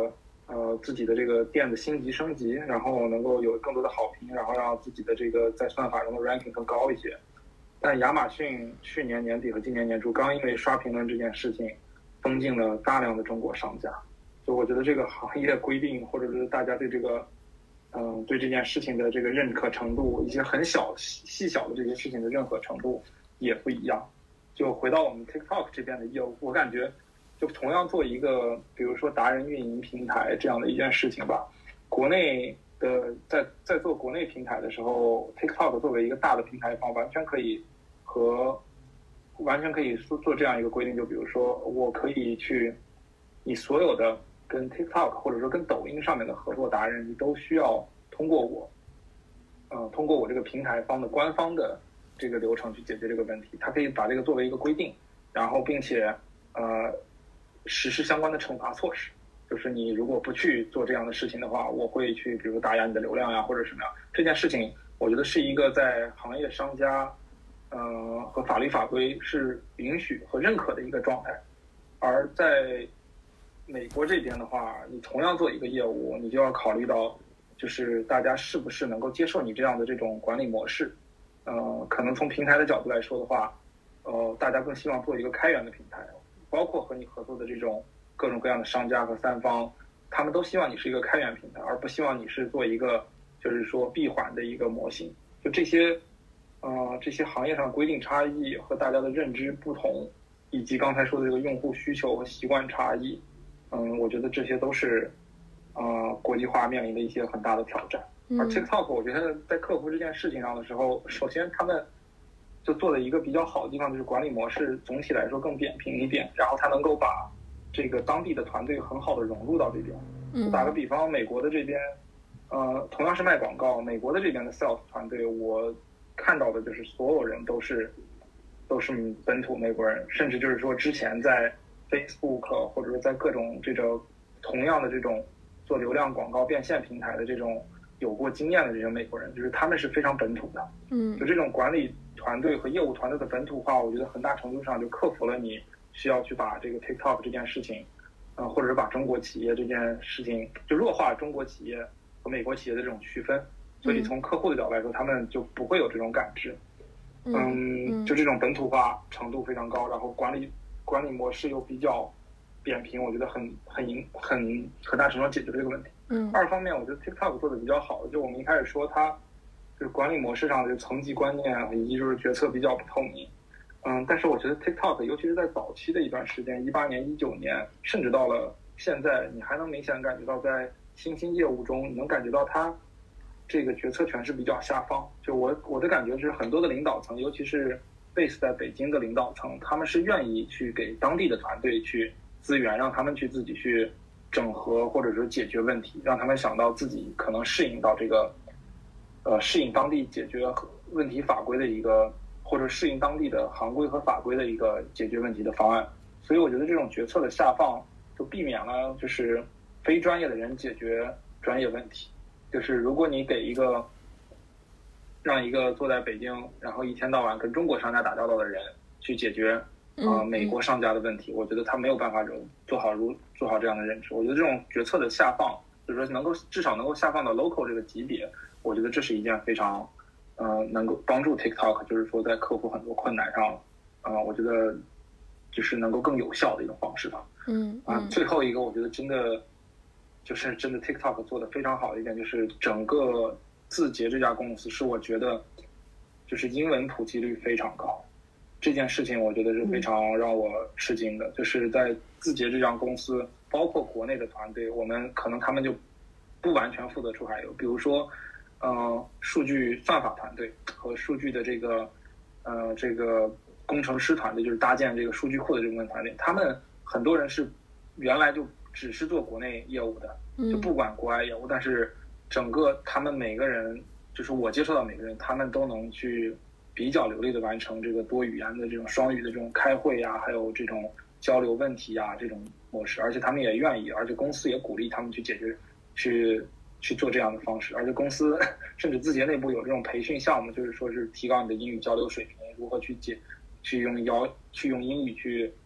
呃自己的这个店的星级升级，然后能够有更多的好评，然后让自己的这个在算法中的 ranking 更高一些。但亚马逊去年年底和今年年初刚因为刷评论这件事情封禁了大量的中国商家，就我觉得这个行业规定或者是大家对这个嗯对这件事情的这个认可程度，一些很小细小的这些事情的认可程度也不一样。就回到我们 TikTok 这边的业务，我感觉就同样做一个比如说达人运营平台这样的一件事情吧，国内的在在做国内平台的时候 TikTok 作为一个大的平台方完全可以和完全可以做做这样一个规定，就比如说我可以去你所有的跟 TikTok 或者说跟抖音上面的合作达人，你都需要通过我呃通过我这个平台方的官方的这个流程去解决这个问题。他可以把这个作为一个规定，然后并且呃实施相关的惩罚措施，就是你如果不去做这样的事情的话，我会去比如打压你的流量呀或者什么样。这件事情我觉得是一个在行业商家呃和法律法规是允许和认可的一个状态。而在美国这边的话，你同样做一个业务，你就要考虑到就是大家是不是能够接受你这样的这种管理模式。呃，可能从平台的角度来说的话，呃，大家更希望做一个开源的平台，包括和你合作的这种各种各样的商家和三方，他们都希望你是一个开源平台，而不希望你是做一个就是说闭环的一个模型。就这些，呃，这些行业上的规定差异和大家的认知不同，以及刚才说的这个用户需求和习惯差异，嗯，我觉得这些都是，呃，国际化面临的一些很大的挑战。而 TikTok 我觉得在克服这件事情上的时候，首先他们就做的一个比较好的地方就是管理模式总体来说更扁平一点，然后他能够把这个当地的团队很好的融入到这边。打个比方，美国的这边呃，同样是卖广告，美国的这边的 sales 团队我看到的就是所有人都是都是本土美国人，甚至就是说之前在 Facebook 或者说在各种这种同样的这种做流量广告变现平台的这种有过经验的这些美国人，就是他们是非常本土的。嗯，就这种管理团队和业务团队的本土化，我觉得很大程度上就克服了你需要去把这个 TikTok 这件事情，呃，或者是把中国企业这件事情就弱化中国企业和美国企业的这种区分。所以从客户的角度来说，他们就不会有这种感知。嗯，就这种本土化程度非常高，然后管理管理模式又比较扁平，我觉得很很很很大程度上解决这个问题。嗯，二方面我觉得 TikTok 做的比较好的，就我们一开始说它就是管理模式上的层级观念以及就是决策比较不透明。嗯，但是我觉得 TikTok 尤其是在早期的一段时间，一八年、一九年，甚至到了现在，你还能明显感觉到在新兴业务中，你能感觉到它这个决策权是比较下放。就我我的感觉是，很多的领导层，尤其是 base 在北京的领导层，他们是愿意去给当地的团队去资源，让他们去自己去整合或者说解决问题，让他们想到自己可能适应到这个呃适应当地解决问题法规的一个，或者适应当地的行规和法规的一个解决问题的方案。所以我觉得这种决策的下放就避免了就是非专业的人解决专业问题。就是如果你给一个让一个坐在北京然后一天到晚跟中国商家打交道的人去解决啊、呃、美国商家的问题，我觉得他没有办法做好如做好这样的认知。我觉得这种决策的下放，就是说能够至少能够下放到 local 这个级别，我觉得这是一件非常呃能够帮助 TikTok 就是说在克服很多困难上，呃我觉得就是能够更有效的一种方式吧。嗯啊，最后一个我觉得真的就是真的 TikTok 做的非常好的一点，就是整个字节这家公司是我觉得就是英文普及率非常高。这件事情我觉得是非常让我吃惊的，就是在字节这家公司，包括国内的团队，我们可能他们就不完全负责出海流，比如说呃数据算法团队和数据的这个呃这个工程师团队，就是搭建这个数据库的这部分团队，他们很多人是原来就只是做国内业务的，就不管国外业务，但是整个他们每个人，就是我接触到每个人，他们都能去比较流利的完成这个多语言的这种双语的这种开会啊，还有这种交流问题啊这种模式，而且他们也愿意，而且公司也鼓励他们去解决，去去做这样的方式，而且公司甚至字节内部有这种培训项目，就是说是提高你的英语交流水平，如何去解，去用要去用英语去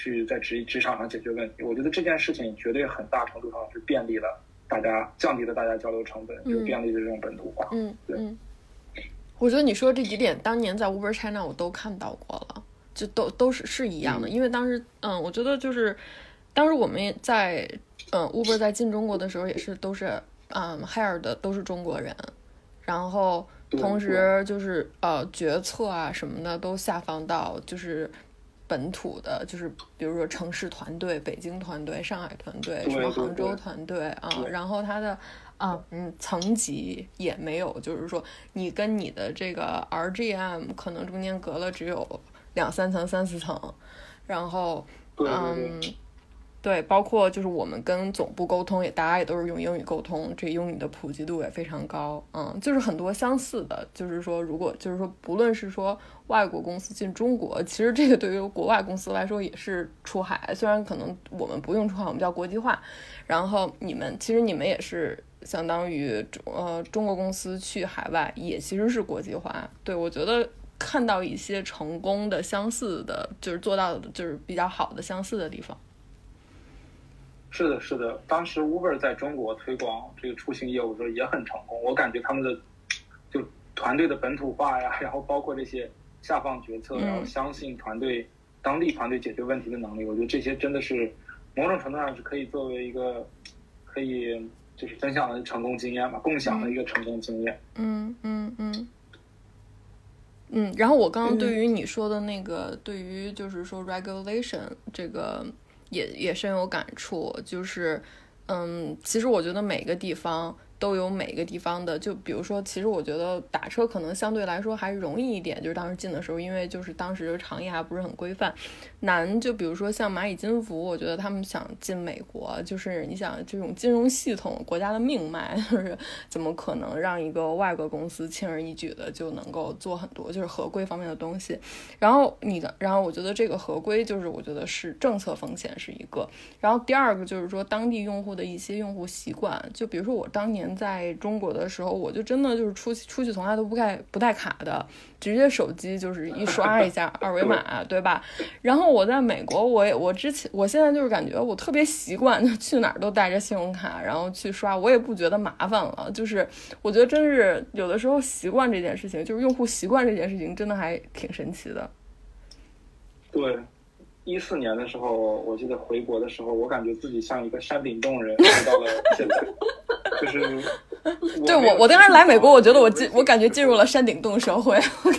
去在职职场上解决问题。我觉得这件事情绝对很大程度上是便利了大家，降低了大家交流成本，嗯、就是便利的这种本土化。 嗯， 对。 嗯，我觉得你说这几点，当年在 Uber China 我都看到过了，就都都是是一样的。 嗯、 因为当时，嗯，我觉得就是当时我们在嗯 Uber 在进中国的时候，也是都是嗯 hire 的都是中国人，然后同时就是呃决策啊什么的都下放到就是本土的，就是比如说城市团队、北京团队、上海团队、什么杭州团队啊，然后它的啊嗯层级也没有，就是说你跟你的这个 R G M 可能中间隔了只有两三层、三四层，然后嗯。对，包括就是我们跟总部沟通也，大家也都是用英语沟通，这英语的普及度也非常高，嗯，就是很多相似的，就是说，如果就是说，不论是说外国公司进中国，其实这个对于国外公司来说也是出海，虽然可能我们不用出海，我们叫国际化，然后你们其实你们也是相当于呃中国公司去海外，也其实是国际化。对，我觉得看到一些成功的相似的，就是做到的就是比较好的相似的地方。 是的，是的，当时 Uber 在中国推广这个出行业务的时候也很成功，我感觉他们的就团队的本土化呀，然后包括这些下放决策，然后相信团队、嗯、当地团队解决问题的能力，我觉得这些真的是某种程度上是可以作为一个可以就是分享的成功经验嘛，共享的一个成功经验。 嗯嗯嗯嗯。然后我刚刚对于你说的那个，嗯、对于就是说 regulation 这个。也也深有感触，就是，嗯，其实我觉得每个地方都有每个地方的，就比如说，其实我觉得打车可能相对来说还容易一点，就是当时进的时候，因为就是当时行业还不是很规范。难就比如说像蚂蚁金服，我觉得他们想进美国，就是你想这种金融系统国家的命脉，就是怎么可能让一个外国公司轻而易举的就能够做很多就是合规方面的东西。然后你的，然后我觉得这个合规就是我觉得是政策风险是一个，然后第二个就是说当地用户的一些用户习惯，就比如说我当年在中国的时候，我就真的就是出去出去从来都不带不带卡的，直接手机就是一刷一下二维码，对吧？然后我在美国，我也我之前我现在就是感觉我特别习惯，就去哪儿都带着信用卡，然后去刷，我也不觉得麻烦了。就是我觉得真是有的时候习惯这件事情，就是用户习惯这件事情，真的还挺神奇的。 对。一四年的时候，我记得回国的时候，我感觉自己像一个山顶洞人，回到了现在，就是对我，我当时来美国，我觉得我进，我感觉进入了山顶洞社会。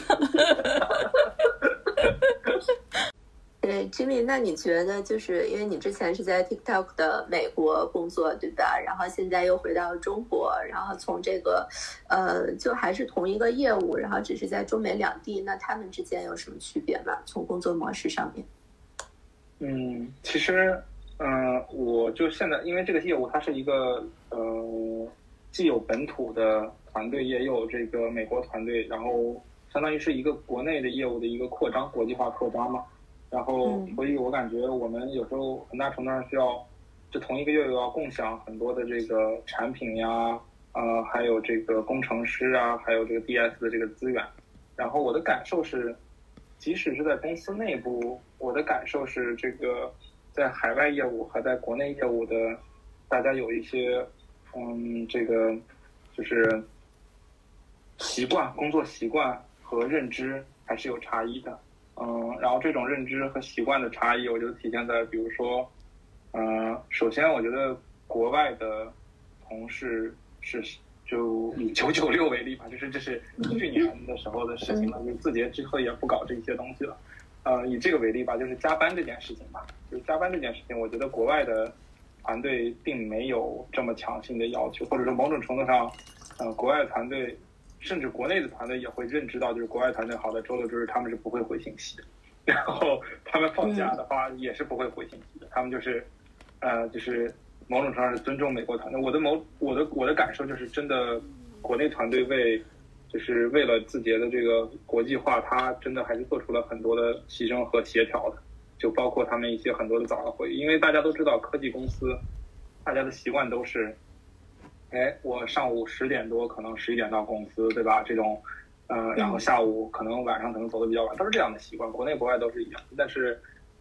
对 ，Jimmy， 那你觉得就是因为你之前是在 TikTok 的美国工作，对吧？然后现在又回到中国，然后从这个呃，就还是同一个业务，然后只是在中美两地，那他们之间有什么区别吗？从工作模式上面？ 嗯，其实，嗯、呃，我就现在，因为这个业务它是一个呃，既有本土的团队，也有这个美国团队，然后相当于是一个国内的业务的一个扩张，国际化扩张嘛。然后，所以我感觉我们有时候很大程度上需要，就同一个业务要共享很多的这个产品呀，呃，还有这个工程师啊，还有这个 D S 的这个资源。然后我的感受是，即使是在公司内部，我的感受是，这个在海外业务和在国内业务的，大家有一些，嗯，这个就是习惯、工作习惯和认知还是有差异的。嗯，然后这种认知和习惯的差异，我就体现在，比如说，嗯、呃，首先我觉得国外的同事是。就以九九六为例吧，就是这是去年的时候的事情了，就字节之后也不搞这些东西了。呃，以这个为例吧，就是加班这件事情吧，就是加班这件事情，我觉得国外的团队并没有这么强性的要求，或者说某种程度上，呃，国外团队甚至国内的团队也会认知到，就是国外团队好的周六周日他们是不会回信息的，然后他们放假的话也是不会回信息的，他们就是呃就是。某种程度上是尊重美国团队，我的某我的我的感受就是真的，国内团队为就是为了字节的这个国际化，他真的还是做出了很多的牺牲和协调的，就包括他们一些很多的早的会议，因为大家都知道科技公司，大家的习惯都是，哎，我上午十点多可能十一点到公司，对吧？这种，呃，然后下午可能晚上可能走的比较晚，都是这样的习惯，国内国外都是一样，但是。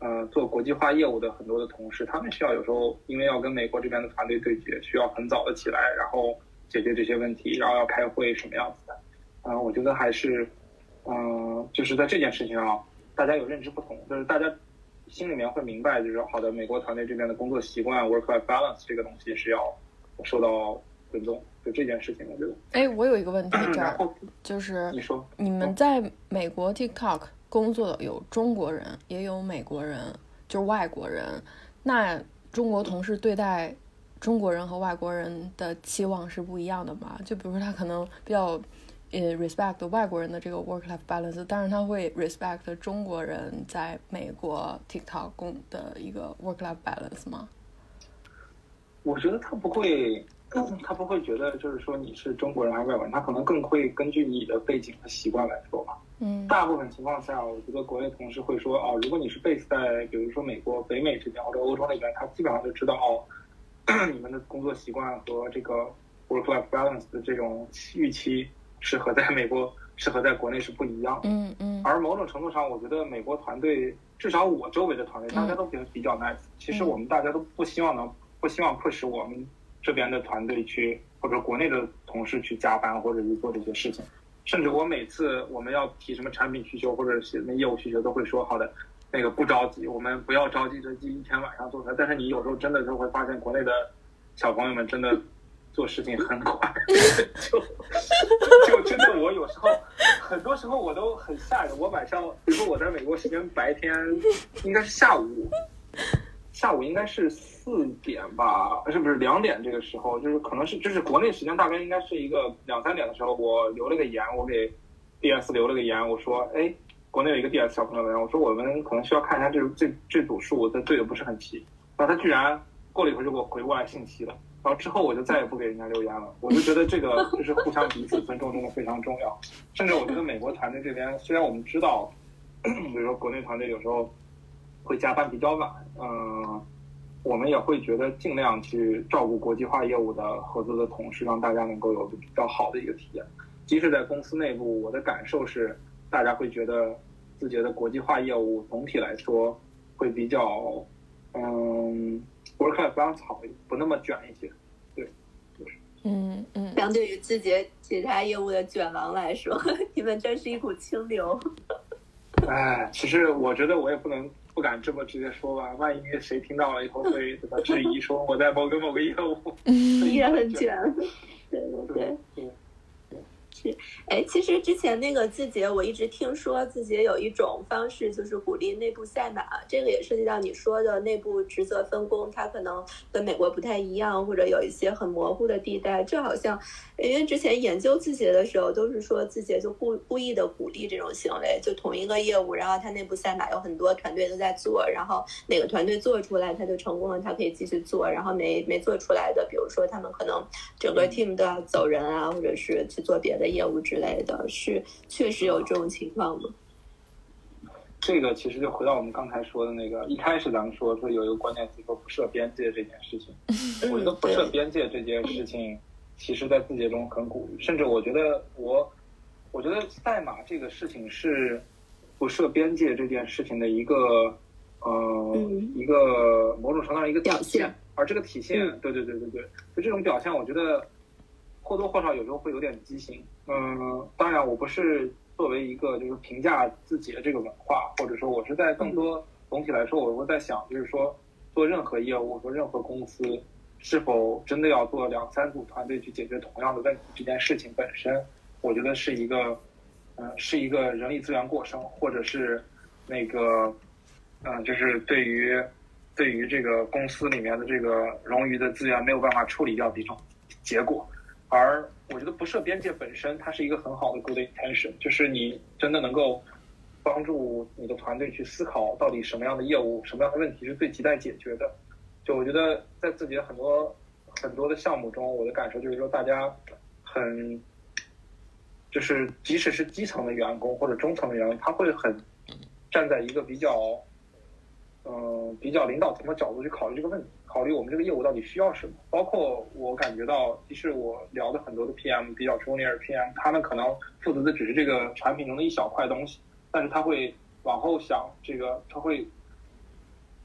呃做国际化业务的很多的同事，他们需要有时候因为要跟美国这边的团队对接，需要很早的起来，然后解决这些问题，然后要开会什么样子的。嗯、呃，我觉得还是，嗯、呃，就是在这件事情上，大家有认知不同，就是大家心里面会明白，就是好的，美国团队这边的工作习惯 work-life balance 这个东西是要受到尊重，就这件事情，我觉得。 哎，我有一个问题这儿，就是你说， 你们在美国 TikTok 工作的有中国人，也有美国人，就是外国人。那中国同事对待中国人和外国人的期望是不一样的吧？就比如说他可能比较呃 respect 外国人的这个 work-life balance， 但是他会 respect 中国人在美国 TikTok 工的一个 work-life balance 吗？ 我觉得他不会。他不会觉得就是说你是中国人还是外国人，他可能更会根据你的背景和习惯来说吧。 嗯， 大部分情况下，我觉得国内同事会说哦，如果你是 base 在比如说美国、北美这边或者欧洲那边，他基本上就知道哦，你们的工作习惯和这个 work-life balance 的这种预期是和在美国、是和在国内是不一样的。 嗯嗯。 而某种程度上，我觉得美国团队，至少我周围的团队，大家都比比较 nice。其实我们大家都不希望能不希望 push 我们这边的团队去，或者国内的同事去加班或者去做这些事情。甚至我每次我们要提什么产品需求或者是什么业务需求，都会说好的，那个不着急，我们不要着急着急一天晚上做出来。但是你有时候真的就会发现，国内的小朋友们真的做事情很快，就就真的我有时候很多时候我都很吓人。我晚上，比如说我在美国时间白天应该是下午。下午应该是四点吧，是不是两点？这个时候就是可能是就是国内时间大概应该是一个两三点的时候，我留了个言，我给 D S 留了个言，我说，哎，国内有一个 D S 小朋友的，我说我们可能需要看一下这这这组数，这对的不是很齐。然后他居然过了一会儿就给我回过来信息了，然后之后我就再也不给人家留言了。我就觉得这个就是互相彼此尊重真的非常重要。甚至我觉得美国团队这边，虽然我们知道，比如说国内团队有时候会加班比较晚，嗯、呃，我们也会觉得尽量去照顾国际化业务的合作的同事，让大家能够有比较好的一个体验。即使在公司内部，我的感受是，大家会觉得字节的国际化业务总体来说会比较，嗯 ，work-life balance 好一点，不那么卷一些。对，就是， 嗯嗯。 相对于字节其他业务的卷王来说，你们真是一股清流。 哎，其实我觉得我也不能不敢这么直接说吧，万一谁听到了以后会对吧质疑说我在某个某个业务也很卷，对对对。 对是，哎，其实之前那个字节，我一直听说字节有一种方式，就是鼓励内部赛马，这个也涉及到你说的内部职责分工，它可能跟美国不太一样，或者有一些很模糊的地带。这好像，因为之前研究字节的时候，都是说字节就故故意的鼓励这种行为，就同一个业务，然后它内部赛马有很多团队都在做，然后哪个团队做出来，它就成功了，它可以继续做，然后没没做出来的，比如说他们可能整个 team 都要走人啊，或者是去做别的业务之类的，是确实有这种情况吗？ 这个其实就回到我们刚才说的那个，一开始咱们说说有一个关键词说不设边界这件事情，我觉得不设边界这件事情，其实在字节中很鼓励，甚至我觉得我，我觉得赛马这个事情是不设边界这件事情的一个，呃，嗯、一个某种程度上一个体现，而这个体现，嗯、对对对对对，就这种表现，我觉得或多或少有时候会有点畸形。嗯，当然我不是作为一个就是评价字节这个文化，或者说我是在更多总体来说，我会在想，就是说做任何业务做任何公司，是否真的要做两三组团队去解决同样的问题，这件事情本身，我觉得是一个，嗯、呃，是一个人力资源过剩，或者是那个，嗯、呃，就是对于对于这个公司里面的这个冗余的资源没有办法处理掉的一种结果。而我觉得不设边界本身，它是一个很好的 good intention， 就是你真的能够帮助你的团队去思考到底什么样的业务、什么样的问题是最亟待解决的。就我觉得在自己的很多很多的项目中，我的感受就是说，大家很就是即使是基层的员工或者中层的员工，他会很站在一个比较嗯、呃、比较领导层的角度去考虑这个问题。考虑我们这个业务到底需要什么，包括我感觉到，其实我聊的很多的 P M 比较 junior P M， 他们可能负责的只是这个产品中的一小块东西，但是他会往后想，这个他会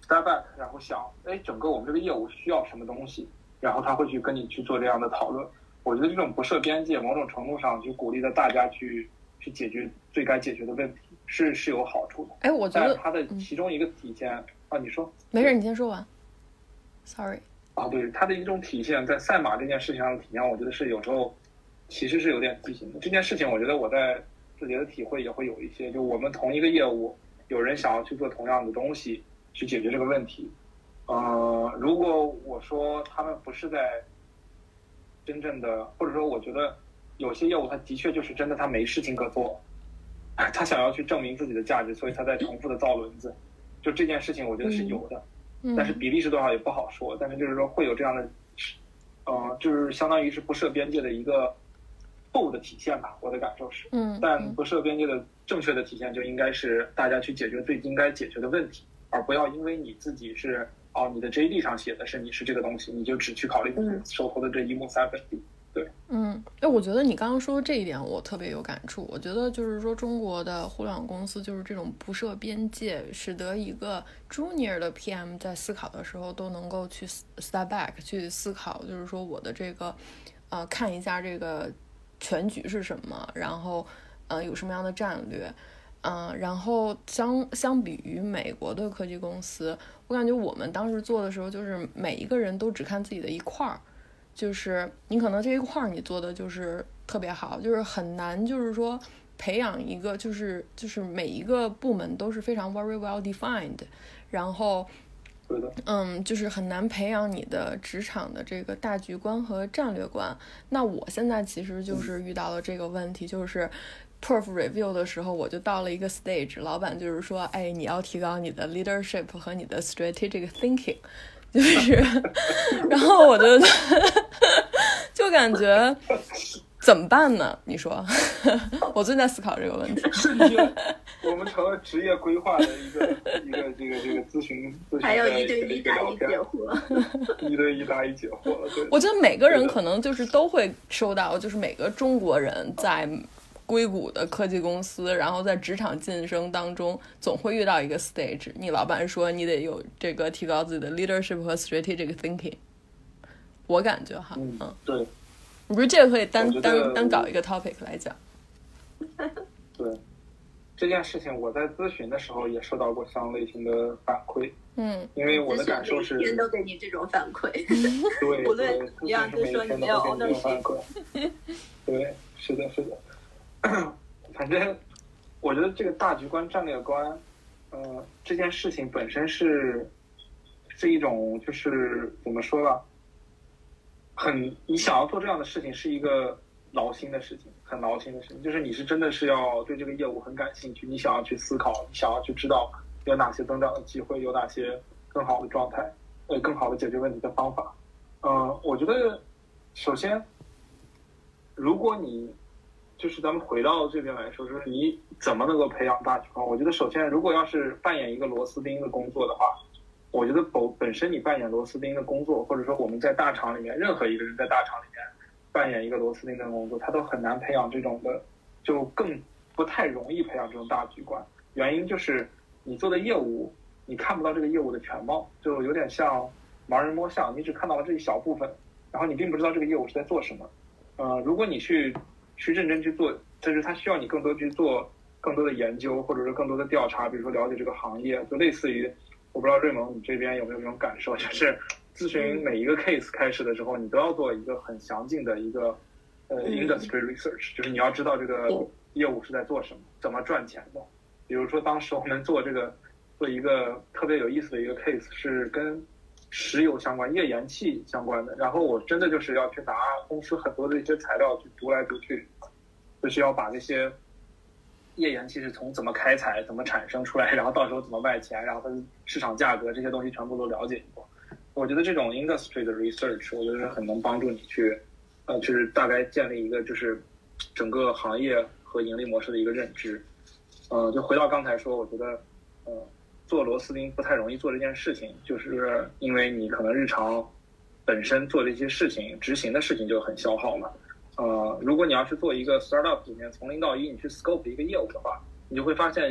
step back， 然后想，哎，整个我们这个业务需要什么东西，然后他会去跟你去做这样的讨论。我觉得这种不设边界，某种程度上就鼓励了大家去去解决最该解决的问题，是是有好处的。 哎，我觉得但它的其中一个体现、嗯、啊，你说没事，你先说完。Sorry。 啊，对，它的一种体现，在赛马这件事情上的体现，我觉得是有时候其实是有点畸形的。这件事情，我觉得我在自己的体会也会有一些，就我们同一个业务，有人想要去做同样的东西，去解决这个问题。呃，如果我说他们不是在真正的，或者说我觉得有些业务他的确就是真的他没事情可做，他想要去证明自己的价值，所以他在重复的造轮子，就这件事情我觉得是有的、嗯、但是比例是多少也不好说，但是就是说会有这样的呃，就是相当于是不设边界的一个后的体现吧，我的感受是嗯， 但不设边界的正确的体现就应该是大家去解决最应该解决的问题，而不要因为你自己是哦，你的 J D 上写的是你是这个东西，你就只去考虑你手头的这一目三分地。对， 嗯，哎，我觉得你刚刚说这一点我特别有感触。我觉得就是说中国的互联网公司就是这种不设边界，使得一个 junior 的 P M 在思考的时候都能够去 step back 去思考，就是说我的这个呃看一下这个全局是什么，然后呃有什么样的战略。嗯，然后相相比于美国的科技公司，我感觉我们当时做的时候，就是每一个人都只看自己的一块儿，就是你可能这一块儿你做的就是特别好，就是很难，就是说培养一个，就是就是每一个部门都是非常 very well defined， 然后嗯，就是很难培养你的职场的这个大局观和战略观。那我现在其实就是遇到了这个问题，就是。Perf review 的时候，我就到了一个 stage， 老板就是说，哎，你要提高你的 leadership 和你的 strategic thinking， 就是，然后我就就感觉怎么办呢？你说，我最近在思考这个问题。 瞬间，我们成了职业规划的一个一个这个这个咨询咨询， 还有一对一答疑解惑， 一对一答疑解惑。对， 我觉得每个人可能就是都会收到，就是每个中国人在。硅谷的科技公司，然后在职场晋升当中总会遇到一个 stage， 你老板说你得有这个提高自己的 leadership 和 strategic thinking， 我感觉哈， 嗯，嗯对， 你不是这个可以单单单搞一个 topic 来讲。 对，这件事情我在咨询的时候也受到过相类型的反馈， 嗯， 因为我的感受是每天都给你这种反馈， 对， 无论怎么样就说你没有 ownership， 对，是的，是的。反正我觉得这个大局观战略观呃，这件事情本身是是一种就是怎么说吧，很你想要做这样的事情是一个劳心的事情，很劳心的事情，就是你是真的是要对这个业务很感兴趣，你想要去思考，你想要去知道有哪些增长的机会，有哪些更好的状态，呃，更好的解决问题的方法。呃，我觉得首先如果你就是咱们回到这边来说，就是你怎么能够培养大局观？我觉得首先，如果要是扮演一个螺丝钉的工作的话，我觉得本本身你扮演螺丝钉的工作，或者说我们在大厂里面，任何一个人在大厂里面扮演一个螺丝钉的工作，他都很难培养这种的，就更不太容易培养这种大局观。原因就是你做的业务，你看不到这个业务的全貌，就有点像盲人摸象，你只看到了这一小部分，然后你并不知道这个业务是在做什么。呃，如果你去去认真去做，就是它需要你更多去做更多的研究，或者说更多的调查，比如说了解这个行业，就类似于，我不知道瑞蒙你这边有没有这种感受，就是咨询每一个 case 开始的时候，你都要做一个很详尽的一个呃 industry research， 就是你要知道这个业务是在做什么，怎么赚钱的。比如说当时我们做这个做一个特别有意思的一个 case 是跟石油相关、页岩气相关的，然后我真的就是要去拿公司很多的一些材料去读来读去，就是要把那些页岩气是从怎么开采、怎么产生出来，然后到时候怎么卖钱，然后它的市场价格这些东西全部都了解过。我觉得这种 industry 的 research， 我觉得是很能帮助你去，呃，就是大概建立一个就是整个行业和盈利模式的一个认知。呃，就回到刚才说，我觉得，呃。做螺丝钉不太容易做这件事情，就是因为你可能日常本身做的一些事情，执行的事情就很消耗嘛。呃，如果你要是做一个 startup 里面从零到一，你去 scope 一个业务的话，你就会发现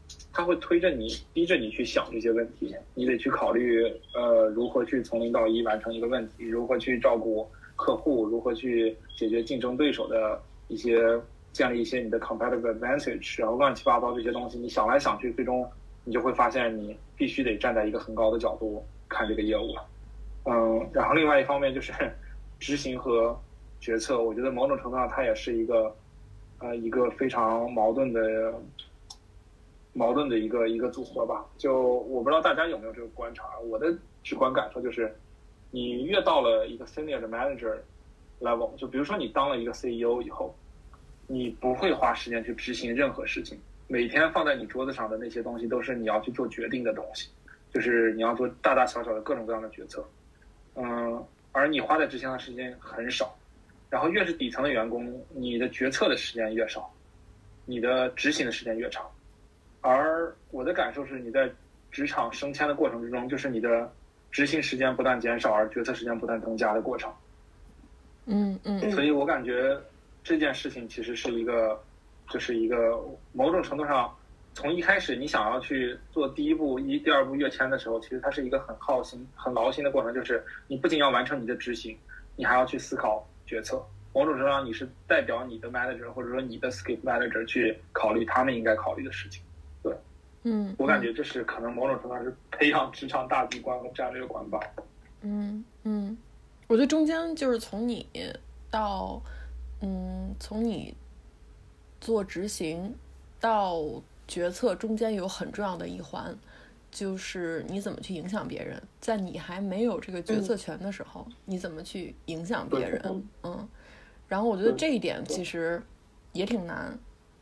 他会推着你逼着你去想这些问题，你得去考虑呃如何去从零到一完成一个问题，如何去照顾客户，如何去解决竞争对手的一些建立一些你的 competitive advantage， 然后乱七八糟这些东西，你想来想去，最终你就会发现你必须得站在一个很高的角度看这个业务了。嗯，然后另外一方面就是执行和决策，我觉得某种程度上它也是一个呃一个非常矛盾的矛盾的一个一个组合吧。就我不知道大家有没有这个观察，我的直观感受就是，你越到了一个 senior 的 manager level， 就比如说你当了一个 C E O 以后，你不会花时间去执行任何事情，每天放在你桌子上的那些东西都是你要去做决定的东西，就是你要做大大小小的各种各样的决策。嗯，而你花在执行的时间很少，然后越是底层的员工，你的决策的时间越少，你的执行的时间越长。而我的感受是，你在职场升迁的过程之中，就是你的执行时间不但减少，而决策时间不但增加的过程。 嗯嗯， 所以我感觉这件事情其实是一个，就是一个某种程度上，从一开始你想要去做第一步一第二步跃迁的时候，其实它是一个很耗心很劳心的过程，就是你不仅要完成你的执行，你还要去思考决策。某种程度上你是代表你的 manager 或者说你的 skip manager 去考虑他们应该考虑的事情。对， 嗯， 我感觉这是可能某种程度上是培养职场大局观和战略观吧。 嗯嗯，我觉得中间就是从你到嗯从你做执行到决策中间有很重要的一环，就是你怎么去影响别人，在你还没有这个决策权的时候，嗯、你怎么去影响别人？嗯，然后我觉得这一点其实也挺难。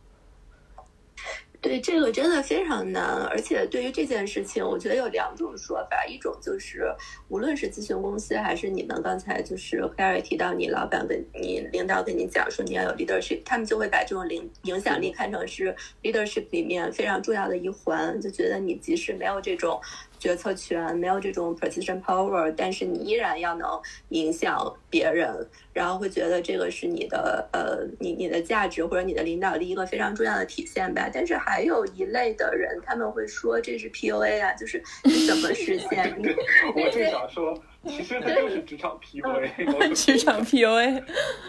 对，这个真的非常难，而且对于这件事情，我觉得有两种说法，一种就是无论是咨询公司还是你们刚才就是 Harry 提到你老板跟你领导跟你讲说你要有 leadership， 他们就会把这种影影响力看成是 leadership 里面非常重要的一环，就觉得你即使没有这种决策权，没有这种 precision power， 但是你依然要能影响别人，然后会觉得这个是你的呃你你的价值或者你的领导力一个非常重要的体现吧。但是还有一类的人，他们会说这是 P U A 啊，就是你怎么实现？ 我正想说，其实它就是职场 P U A， 职场 P U A。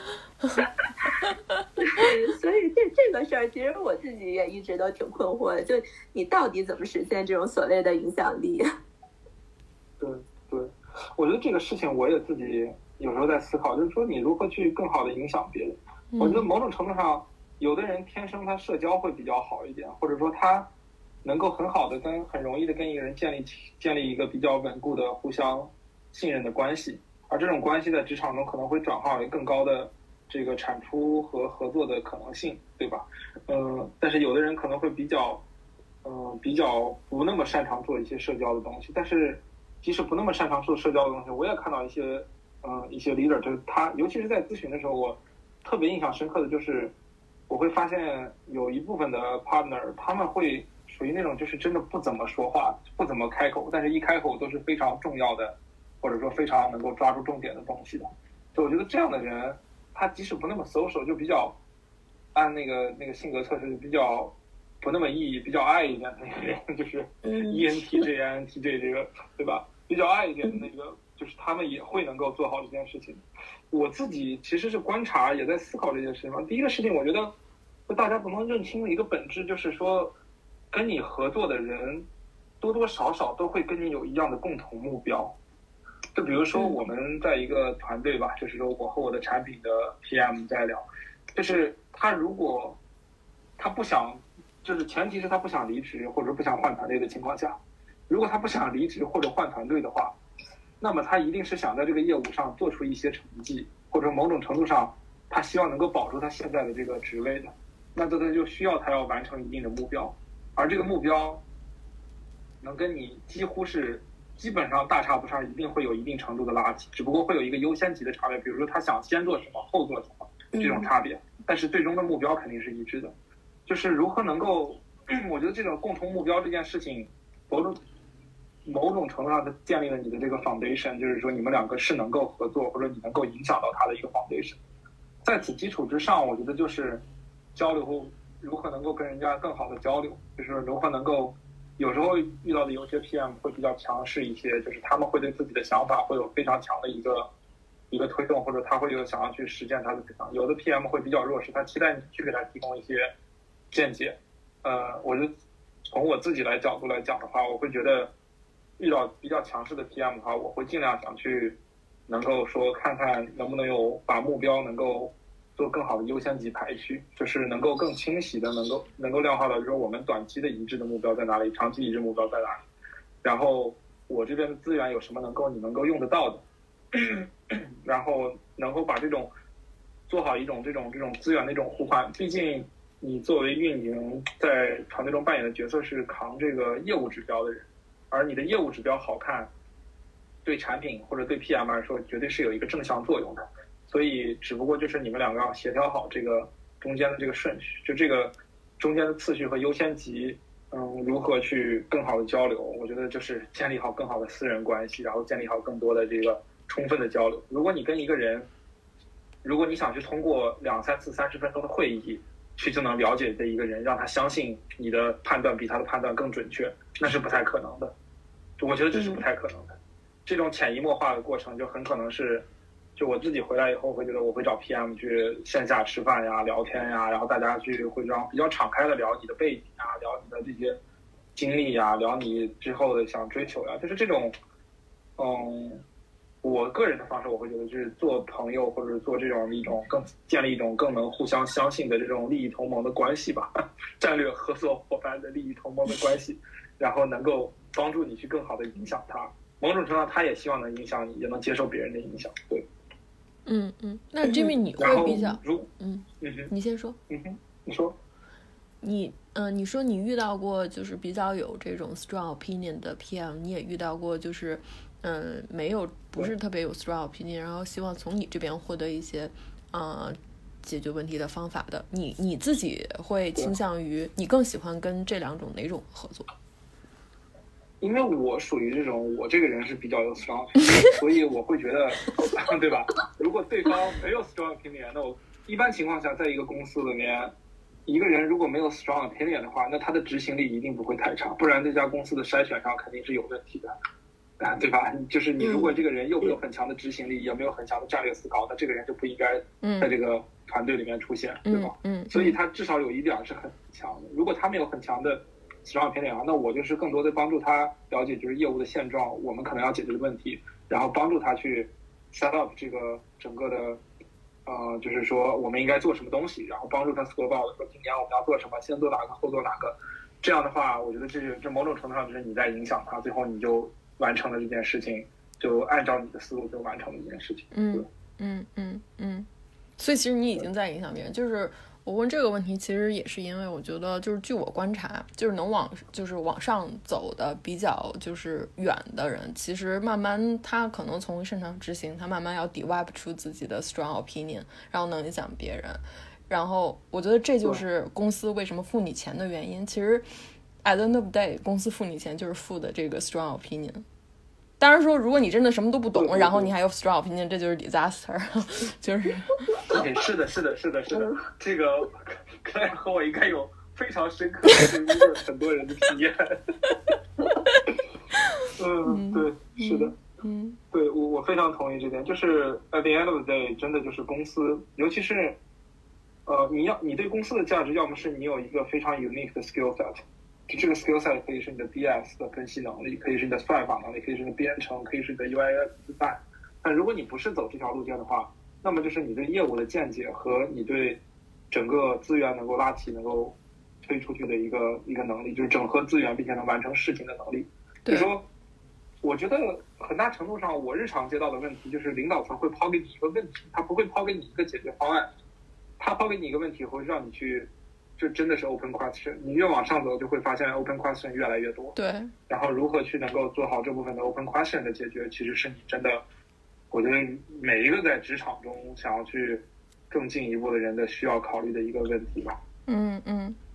所以这这个事儿，其实我自己也一直都挺困惑的，就你到底怎么实现这种所谓的影响力？ 对对，我觉得这个事情我也自己有时候在思考，就是说你如何去更好的影响别人。 嗯、 我觉得某种程度上，有的人天生他社交会比较好一点，或者说他能够很好的跟很容易的跟一个人建立建立一个比较稳固的互相信任的关系，而这种关系在职场中可能会转化为更高的这个产出和合作的可能性，对吧？嗯，但是有的人可能会比较，嗯，比较不那么擅长做一些社交的东西。但是，即使不那么擅长做社交的东西，我也看到一些，嗯，一些 leader， 就是他，尤其是在咨询的时候，我特别印象深刻的就是，我会发现有一部分的 partner， 他们会属于那种就是真的不怎么说话，不怎么开口，但是一开口都是非常重要的，或者说非常能够抓住重点的东西的。所以我觉得这样的人，他即使不那么 social， 就比较按那个那个性格测试比较不那么 E， 比较爱一点的那个人，就是 E N T J I N T J 这个，对吧？比较爱一点的那个，就是他们也会能够做好这件事情。我自己其实是观察，也在思考这件事情。第一个事情，我觉得就大家不能认清的一个本质，就是说跟你合作的人多多少少都会跟你有一样的共同目标。就比如说我们在一个团队吧，就是说我和我的产品的 P M 在聊，就是他如果他不想，就是前提是他不想离职或者不想换团队的情况下，如果他不想离职或者换团队的话，那么他一定是想在这个业务上做出一些成绩，或者某种程度上他希望能够保住他现在的这个职位的，那这他就需要他要完成一定的目标，而这个目标能跟你几乎是基本上大差不差，一定会有一定程度的垃圾，只不过会有一个优先级的差别，比如说他想先做什么后做什么这种差别，但是最终的目标肯定是一致的。就是如何能够，我觉得这种共同目标这件事情某种某种程度上的建立了你的这个 foundation， 就是说你们两个是能够合作，或者你能够影响到他的一个 foundation。在此基础之上，我觉得就是交流如何能够跟人家更好的交流，就是如何能够有时候遇到的有些 P M 会比较强势一些，就是他们会对自己的想法会有非常强的一个一个推动，或者他会有想要去实践他的地方。有的 P M 会比较弱势，他期待你去给他提供一些见解。呃，我就从我自己来角度来讲的话，我会觉得遇到比较强势的 P M 的话，我会尽量想去能够说看看能不能有把目标能够做更好的优先级排序，就是能够更清晰的能够能够量化到说我们短期的一致的目标在哪里，长期一致目标在哪里，然后我这边的资源有什么能够你能够用得到的，然后能够把这种做好一种这种这种资源的一种互换。毕竟你作为运营在团队中扮演的角色是扛这个业务指标的人，而你的业务指标好看，对产品或者对 P M 来说绝对是有一个正向作用的。所以只不过就是你们两个要协调好这个中间的这个顺序，就这个中间的次序和优先级，嗯，如何去更好的交流。我觉得就是建立好更好的私人关系，然后建立好更多的这个充分的交流。如果你跟一个人，如果你想去通过两三次三十分钟的会议去就能了解的一个人，让他相信你的判断比他的判断更准确，那是不太可能的。我觉得这是不太可能的。嗯、这种潜移默化的过程就很可能是，就我自己回来以后会觉得我会找 P M 去线下吃饭呀、聊天呀，然后大家去会这样比较敞开的聊你的背景啊，聊你的这些经历呀，聊你之后的想追求呀，就是这种，嗯。我个人的方式，我会觉得就是做朋友，或者做这种一种更建立一种更能互相相信的这种利益同盟的关系吧，战略合作伙伴的利益同盟的关系，然后能够帮助你去更好的影响他。某种程度上，他也希望能影响你，也能接受别人的影响。对， 嗯嗯。那 Jimmy 你会比较， 如嗯嗯哼， 你先说， 嗯哼，你说， 你嗯、呃，你说你遇到过就是比较有这种 strong opinion 的 P M， 你也遇到过就是。嗯，没有，不是特别有 strong opinion，然后希望从你这边获得一些，呃，解决问题的方法的。你你自己会倾向于，你更喜欢跟这两种哪种合作？ 因为我属于这种，我这个人是比较有 strong opinion， 所以我会觉得，对吧？如果对方没有 strong opinion， 那我一般情况下，在一个公司里面，一个人如果没有 strong opinion 的话，那他的执行力一定不会太差，不然这家公司的筛选上肯定是有问题的。啊，对吧？就是你如果这个人又没有很强的执行力，也没有很强的战略思考，那这个人就不应该在这个团队里面出现， 嗯、 对吧？ 嗯， 所以他至少有一点是很强的。如果他没有很强的strong opinion，那我就是更多的帮助他了解就是业务的现状，我们可能要解决的问题，然后帮助他去 set up 这个整个的，呃，就是说我们应该做什么东西，然后帮助他 score out 说今年我们要做什么，先做哪个，后做哪个。这样的话，我觉得这是这某种程度上就是你在影响他，最后你就完成了这件事情，就按照你的思路就完成了这件事情。 嗯嗯嗯嗯，所以其实你已经在影响别人。就是我问这个问题，其实也是因为我觉得，就是据我观察，就是能往就是往上走的比较就是远的人，其实慢慢他可能从擅长执行，他慢慢要 develop 出自己的 strong opinion， 然后能影响别人。然后我觉得这就是公司为什么付你钱的原因。其实at the end of the day， 公司付你钱就是付的这个 strong opinion。当然说，如果你真的什么都不懂，然后你还有 strong opinion， 这就是 disaster， 就是。 对，是的，是的，是的，是的，这个克莱和我应该有非常深刻的对很多人的体验。嗯，对，是的， 嗯， 对我我非常同意这点，就是 at the end of the day， 真的就是公司，尤其是。呃，你要你对公司的价值，要么是你有一个非常 unique 的 skill set， 就这个 skill set 可以是你的 D S 的分析能力，可以是你的算法能力，可以是你的编程，可以是你的 U I U X design。但如果你不是走这条路线的话，那么就是你对业务的见解和你对整个资源能够拉齐、能够推出去的一个一个能力，就是整合资源并且能完成事情的能力。就是说，我觉得很大程度上，我日常接到的问题就是领导层会抛给你一个问题，他不会抛给你一个解决方案。他抛给你一个问题，会让你去，就真的是 open question。你越往上走，就会发现 open question 越来越多。 对。 然后如何去能够做好这部分的 open question 的解决，其实是你真的，我觉得每一个在职场中想要去更进一步的人的需要考虑的一个问题吧。 嗯嗯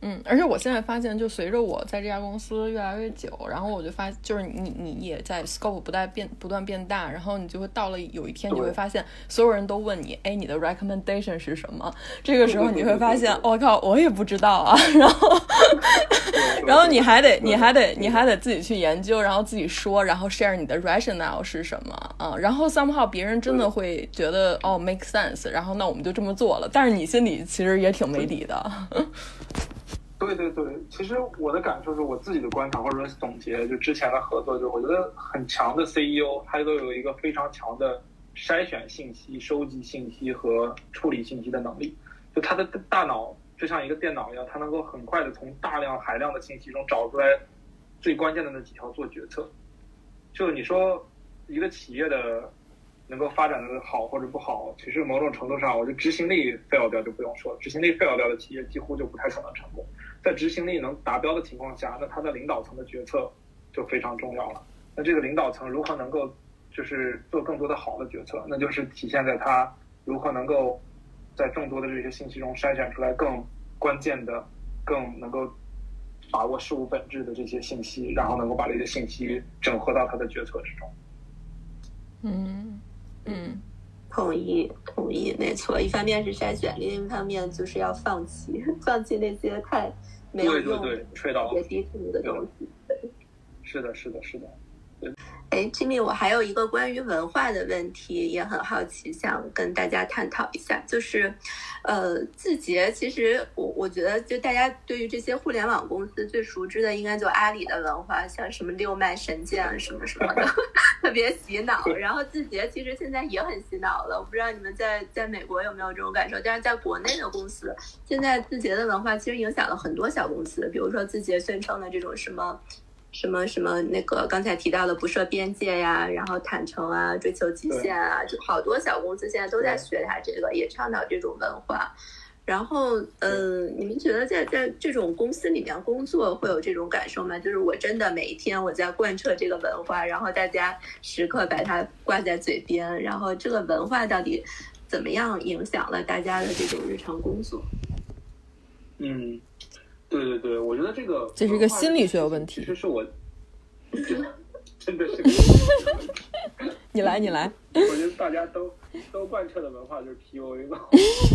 嗯，而且我现在发现，就随着我在这家公司越来越久，然后我就发，就是你你也在 scope 不断变不断变大，然后你就会到了有一天，你会发现所有人都问你，哎，你的 recommendation 是什么？这个时候你会发现，我、哦、靠，我也不知道啊。然后，然后你还得你还得你还得自己去研究，然后自己说，然后 share 你的 rationale 是什么啊？然后 somehow 别人真的会觉得哦 make sense， 然后那我们就这么做了。但是你心里其实也挺没底的。 对对对，其实我的感受是我自己的观察或者说总结，就之前的合作，就我觉得很强的 C E O， 他都有一个非常强的筛选信息、收集信息和处理信息的能力。就他的大脑就像一个电脑一样，他能够很快的从大量海量的信息中找出来最关键的那几条做决策。就你说一个企业的能够发展的好或者不好，其实某种程度上，我觉得执行力 fail 掉就不用说了，执行力 fail 掉的企业几乎就不太可能成功。在执行力能达标的情况下，那他的领导层的决策就非常重要了。那这个领导层如何能够就是做更多的好的决策，那就是体现在他如何能够在众多的这些信息中筛选出来更关键的、更能够把握事物本质的这些信息，然后能够把这些信息整合到他的决策之中。 嗯嗯， 同意同意，没错。一方面是筛选，另一方面就是要放弃放弃那些太没有用、 对对对，吹到也低俗的东西。对， 是的，是的，是的。 哎 ，Jimmy， 我还有一个关于文化的问题，也很好奇，想跟大家探讨一下。就是，呃，字节其实我我觉得，就大家对于这些互联网公司最熟知的，应该就阿里的文化，像什么六脉神剑什么什么的，特别洗脑。然后字节其实现在也很洗脑了，我不知道你们在在美国有没有这种感受？但是在国内的公司，现在字节的文化其实影响了很多小公司，比如说字节宣称的这种什么。什么什么那个刚才提到的不设边界呀，然后坦诚啊，追求极限啊，就好多小公司现在都在学它这个，也倡导这种文化。然后，嗯、呃，你们觉得在在这种公司里面工作会有这种感受吗？就是我真的每一天我在贯彻这个文化，然后大家时刻把它挂在嘴边，然后这个文化到底怎么样影响了大家的这种日常工作？ 嗯。对对对，我觉得这个这是一个心理学问题。 其实是我真的是你来你来。 我觉得大家都都贯彻的文化就是 P U A 嘛。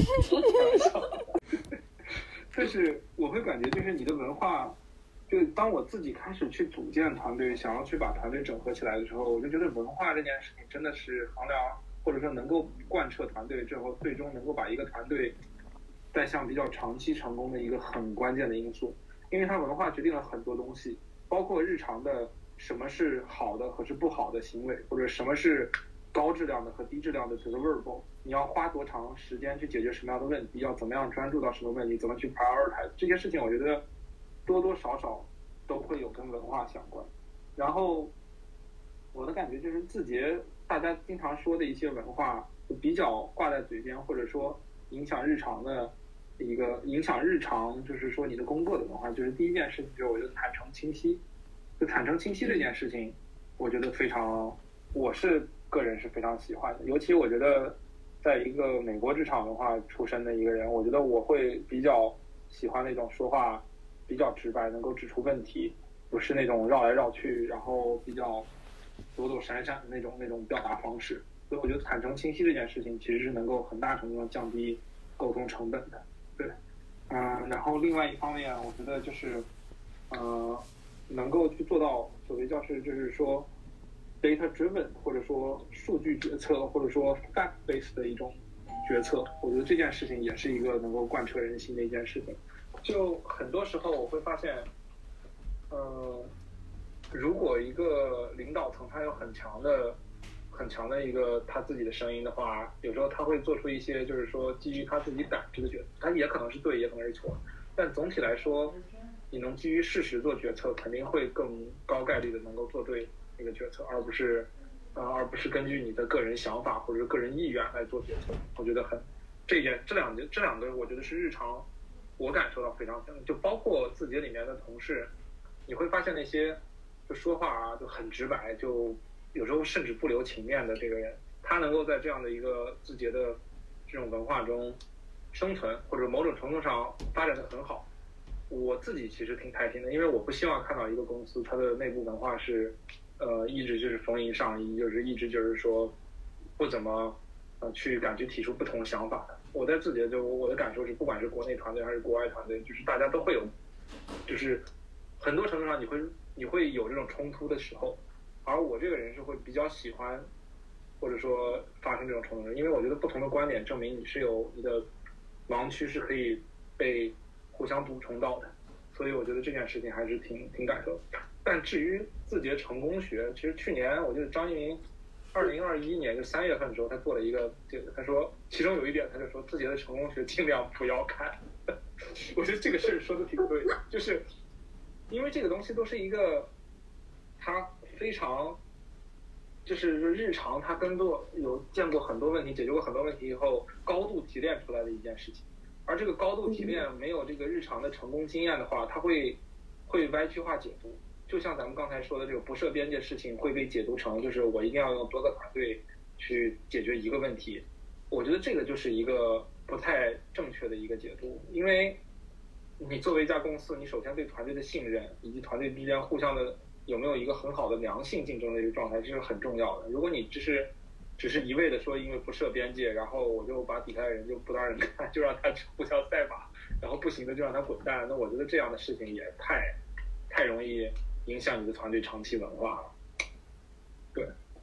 但是我会感觉就是你的文化，就当我自己开始去组建团队，想要去把团队整合起来的时候，我就觉得文化这件事情真的是衡量或者说能够贯彻团队之后，最终能够把一个团队带向比较长期成功的一个很关键的因素。因为它文化决定了很多东西，包括日常的什么是好的和是不好的行为，或者什么是高质量的和低质量的 deliverable， 你要花多长时间去解决什么样的问题，要怎么样专注到什么问题，怎么去 prioritize， 这些事情我觉得多多少少都会有跟文化相关。然后我的感觉就是字节大家经常说的一些文化就比较挂在嘴边，或者说影响日常的一个影响日常，就是说你的工作的文化，就是第一件事情就是我觉得坦诚清晰。就坦诚清晰这件事情，我觉得非常，我是个人是非常喜欢的。尤其我觉得，在一个美国职场文化出身的一个人，我觉得我会比较喜欢那种说话比较直白，能够指出问题，不是那种绕来绕去，然后比较躲躲闪闪的那种那种表达方式。所以我觉得坦诚清晰这件事情，其实是能够很大程度上降低沟通成本的。对，嗯、呃，然后另外一方面，我觉得就是，呃，能够去做到所谓叫是就是说 data driven， 或者说数据决策，或者说 fact based 的一种决策，我觉得这件事情也是一个能够贯彻人心的一件事情。就很多时候我会发现，呃，如果一个领导层他有很强的很强的一个他自己的声音的话，有时候他会做出一些就是说基于他自己感知的决策，他也可能是对也可能是错，但总体来说你能基于事实做决策，肯定会更高概率的能够做对那个决策，而不是呃而不是根据你的个人想法或者个人意愿来做决策。我觉得很这一点这两这两个我觉得是日常我感受到非常强，就包括字节里面的同事，你会发现那些就说话啊就很直白，就有时候甚至不留情面的这个人，他能够在这样的一个字节的这种文化中生存，或者某种程度上发展得很好， 我自己其实挺开心的，因为我不希望看到一个公司它的内部文化是，呃，一直就是逢迎上衣，就是一直就是说不怎么呃去敢去提出不同想法的。我在自己的就我的感受是，不管是国内团队还是国外团队，就是大家都会有，就是很多程度上你会你会有这种冲突的时候，而我这个人是会比较喜欢，或者说发生这种冲突的，因为我觉得不同的观点证明你是有你的盲区是可以被互相补充到的，所以我觉得这件事情还是挺挺感受的。但至于字节成功学，其实去年我记得张一鸣二零二一年就三月份的时候，他做了一个这个，他说其中有一点，他就说字节的成功学尽量不要看。我觉得这个事儿说的挺对的，就是因为这个东西都是一个他非常就是日常他跟多有见过很多问题，解决过很多问题以后高度提炼出来的一件事情。而这个高度提炼没有这个日常的成功经验的话，它会会歪曲化解读。就像咱们刚才说的这个不设边界事情会被解读成就是我一定要用多个团队去解决一个问题，我觉得这个就是一个不太正确的一个解读。因为你作为一家公司，你首先对团队的信任以及团队之间互相的有没有一个很好的良性竞争的一个状态，这是很重要的。如果你只是只是一味的说因为不设边界，然后我就把底下的人就不当人看，就让他互相赛马，然后不行的就让他滚蛋，那我觉得这样的事情也太太容易影响你的团队长期文化了。对。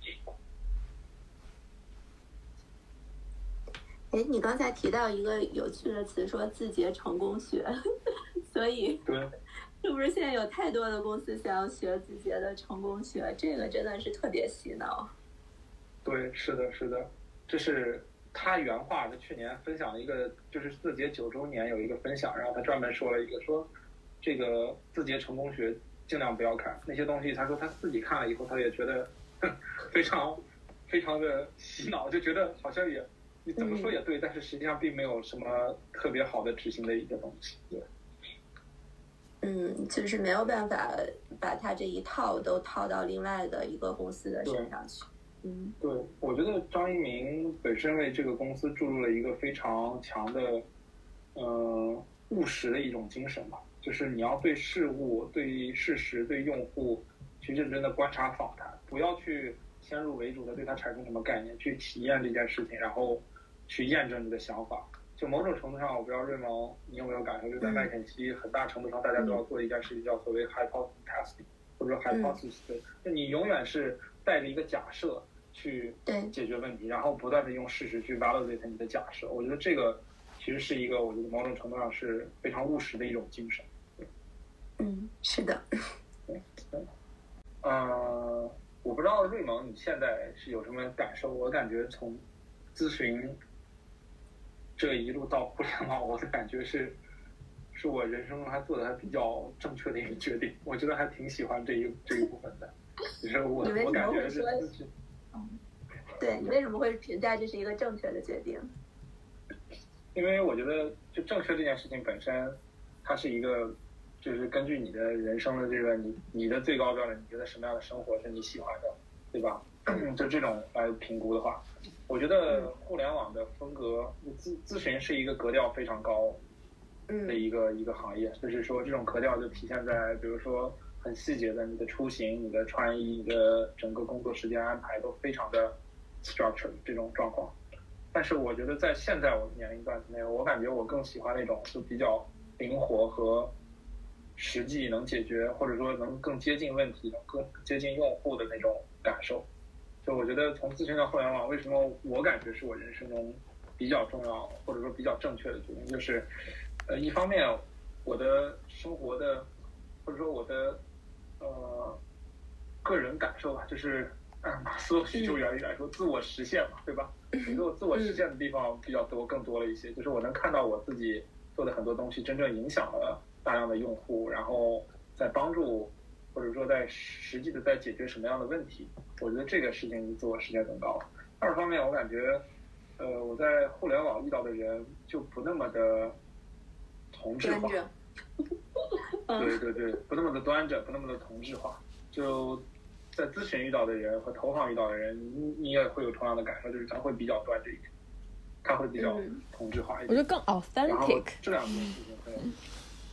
哎，你刚才提到一个有趣的词，说字节成功学，所以对， 是不是现在有太多的公司想要学字节的成功学？这个真的是特别洗脑。 对，是的，是的，这是他原话。他去年分享了一个，就是字节九周年有一个分享，然后他专门说了一个，说这个字节成功学尽量不要看那些东西。他说他自己看了以后，他也觉得非常非常的洗脑，就觉得好像也你怎么说也对，嗯、但是实际上并没有什么特别好的执行的一个东西。对。 嗯，就是没有办法把他这一套都套到另外的一个公司的身上去。嗯， 对，我觉得张一鸣本身为这个公司注入了一个非常强的，呃，务实的一种精神吧。就是你要对事物、对事实、对用户去认真的观察访谈，不要去先入为主的对它产生什么概念，去体验这件事情，然后去验证你的想法。就某种程度上，我不知道瑞蒙你有没有感受，就在麦肯锡很大程度上大家都要做一件事情，叫所谓 hypothesis testing 或者说 hypothesis，就你永远是带着一个假设去解决问题，然后不断的用事实去 validate 你的假设。我觉得这个其实是一个我觉得某种程度上是非常务实的一种精神。 嗯，是的。 对对。呃，我不知道瑞蒙你现在是有什么感受？我感觉从咨询这一路到互联网，我的感觉是，是我人生中还做的还比较正确的一个决定。我觉得还挺喜欢这一这一部分的。就是我我感觉是。 嗯，对，你为什么会评价这是一个正确的决定？ 因为我觉得，就正确这件事情本身，它是一个，就是根据你的人生的这个你你的最高标准，你觉得什么样的生活是你喜欢的，对吧？就这种来评估的话，我觉得互联网的风格，咨咨询是一个格调非常高的一个、嗯、一个行业，就是说这种格调就体现在，比如说很细节的你的出行、你的穿衣、你的整个工作时间安排都非常的 structure 这种状况。但是我觉得在现在我的年龄段之内，我感觉我更喜欢那种就比较灵活和实际能解决，或者说能更接近问题、能更接近用户的那种感受。就我觉得从咨询到互联网，为什么我感觉是我人生中比较重要或者说比较正确的决定，就是呃一方面我的生活的或者说我的呃个人感受吧，就是按马斯洛需求原理来说，自我实现嘛，对吧？能够自我实现的地方比较多，更多了一些。就是我能看到我自己做的很多东西真正影响了大量的用户，然后在帮助或者说在实际的在解决什么样的问题，我觉得这个事情自我实现更高。二方面，我感觉呃我在互联网遇到的人就不那么的同质化，对对对，不那么的端着，不那么的同质化。就在咨询遇到的人和投行遇到的人，你你也会有同样的感受，就是他会比较端着一点，他会比较同质化一点。 我觉得更 authentic。 这两件事情，对，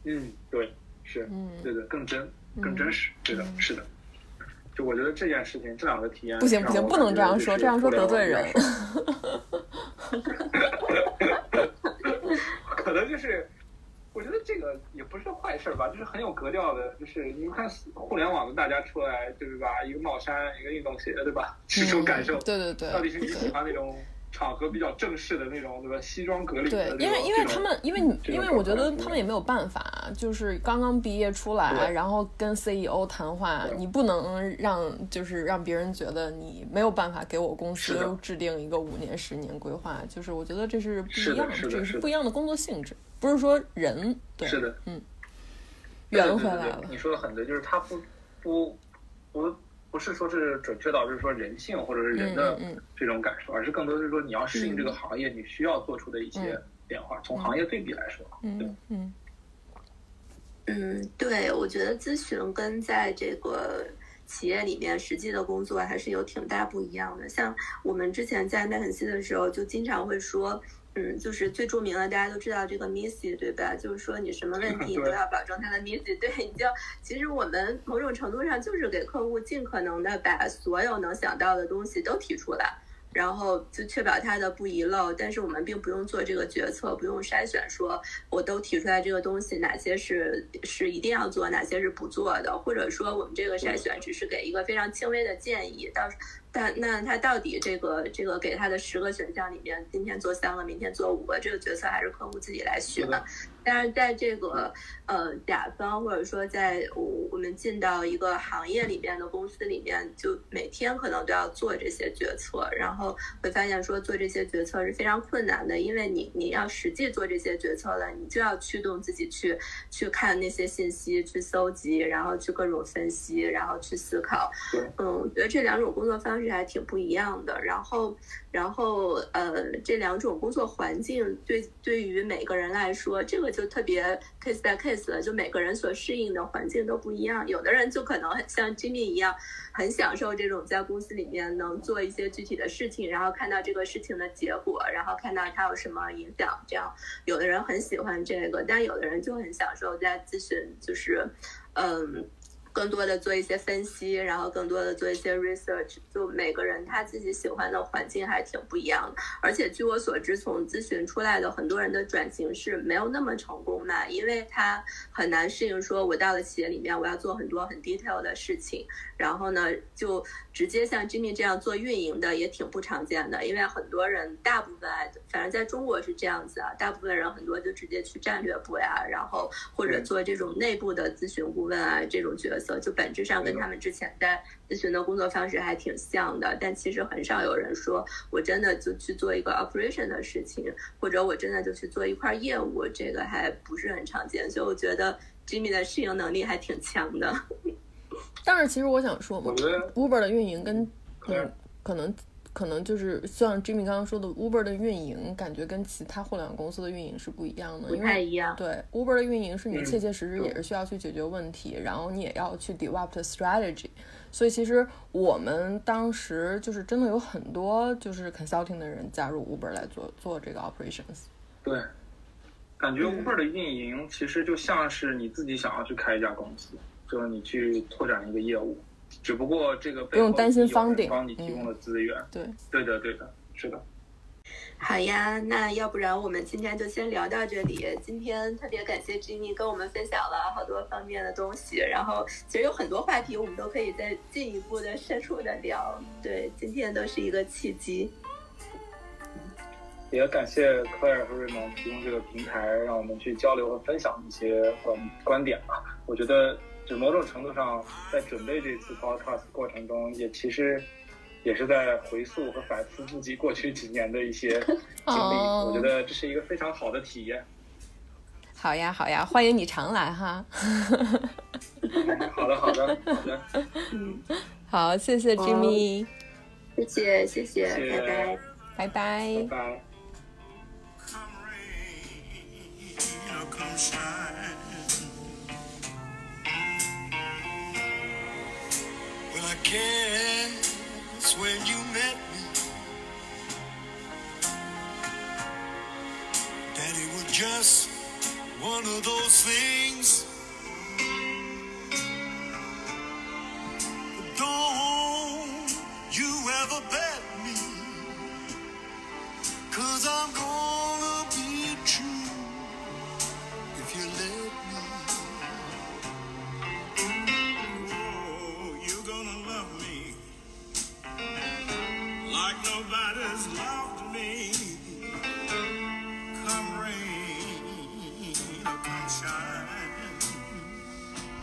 嗯，对，是， 嗯， 对的，更真，更真实，对的，是的。就我觉得这件事情，这两个体验不行不行，不能这样说，这样说得罪人。 可能就是，我觉得这个也不是坏事吧，就是很有格调的。就是你看互联网的大家出来，对吧？一个帽衫，一个运动鞋，对吧？这种感受， 嗯、对对对， 到底是你喜欢那种场合比较正式的那种，对吧？西装革履的。 对，因为因为他们，因为你，因为我觉得他们也没有办法，就是刚刚毕业出来，然后跟 C E O 谈话，你不能让就是让别人觉得你没有办法给我公司制定一个五年、十年规划，就是我觉得这是不一样，这是不一样的工作性质，不是说人。对， 是的， 嗯，圆回来了。 对对对对，你说的很对，就是他不不不。不是说是准确到就是说人性或者是人的这种感受，嗯嗯嗯，而是更多是说你要适应这个行业，嗯，你需要做出的一些变化。嗯，从行业对比来说， 嗯， 对， 嗯嗯，对，我觉得咨询跟在这个企业里面实际的工作还是有挺大不一样的。像我们之前在麦肯锡的时候，就经常会说。嗯，就是最著名的，大家都知道这个 Missy， 对吧？就是说你什么问题都要保证他的 Missy， 对，你就其实我们某种程度上就是给客户尽可能的把所有能想到的东西都提出来，然后就确保他的不遗漏。但是我们并不用做这个决策，不用筛选说我都提出来这个东西哪些是是一定要做，哪些是不做的，或者说我们这个筛选只是给一个非常轻微的建议，到但那他到底这个这个给他的十个选项里面，今天做三个，明天做五个，这个决策还是客户自己来选。但是在这个呃甲方或者说在我我们进到一个行业里面的公司里面，就每天可能都要做这些决策，然后会发现说做这些决策是非常困难的，因为你你要实际做这些决策了，你就要驱动自己去去看那些信息，去搜集，然后去各种分析，然后去思考。嗯，我觉得这两种工作方式还挺不一样的。然后，然后呃，这两种工作环境对对于每个人来说，这个就特别 case by case 了，就每个人所适应的环境都不一样。有的人就可能像 Jimmy 一样，很享受这种在公司里面能做一些具体的事情，然后看到这个事情的结果，然后看到它有什么影响。这样，有的人很喜欢这个，但有的人就很享受在咨询，就是嗯。更多的做一些分析，然后更多的做一些 research， 就每个人他自己喜欢的环境还挺不一样的。而且据我所知，从咨询出来的很多人的转型是没有那么成功的，因为他很难适应说我到了企业里面我要做很多很 detail 的事情，然后呢就直接像 Jimmy 这样做运营的也挺不常见的。因为很多人大部分反正在中国是这样子啊，大部分人很多就直接去战略部呀，然后或者做这种内部的咨询顾问啊这种角色，就本质上跟他们之前在咨询的工作方式还挺像的。但其实很少有人说我真的就去做一个 operation 的事情，或者我真的就去做一块业务，这个还不是很常见。所以我觉得 Jimmy 的适应能力还挺强的。 但是其实我想说嘛 Uber 的运营跟嗯可能可能就是像 Jimmy 刚刚说的 Uber 的运营感觉跟其他互联网公司的运营是不一样的， 不太一样。 对 Uber 的运营是你切切实实也是需要去解决问题，嗯、然后你也要去 develop strategy。所以其实我们当时就是真的有很多就是 consulting 的人加入 Uber 来做做这个 operations。 对，感觉 Uber 的运营其实就像是你自己想要去开一家公司，就是你去拓展一个业务。只不过这个不用担心方顶帮你提供的资源、 嗯、 对对的对的是的。 好呀，那要不然我们今天就先聊到这里。今天特别感谢 Jimmy 跟我们分享了好多方面的东西，然后其实有很多话题我们都可以再进一步的深入的聊。对，今天都是一个契机。 也感谢 Claire 和 Raymond 提供这个平台，让我们去交流和分享一些观观点吧。我觉得就某种程度上在准备这次 podcast 过程中，也其实也是在回溯和反思自己过去几年的一些经历、oh. 我觉得这是一个非常好的体验。 好呀好呀，欢迎你常来哈。 好的好的好的， 嗯， 好，谢谢 Jimmy、 oh. 谢谢谢谢， 拜拜拜拜拜拜。 I guess when you met me, that it was just one of those things. But don't you ever bet me, 'cause I'm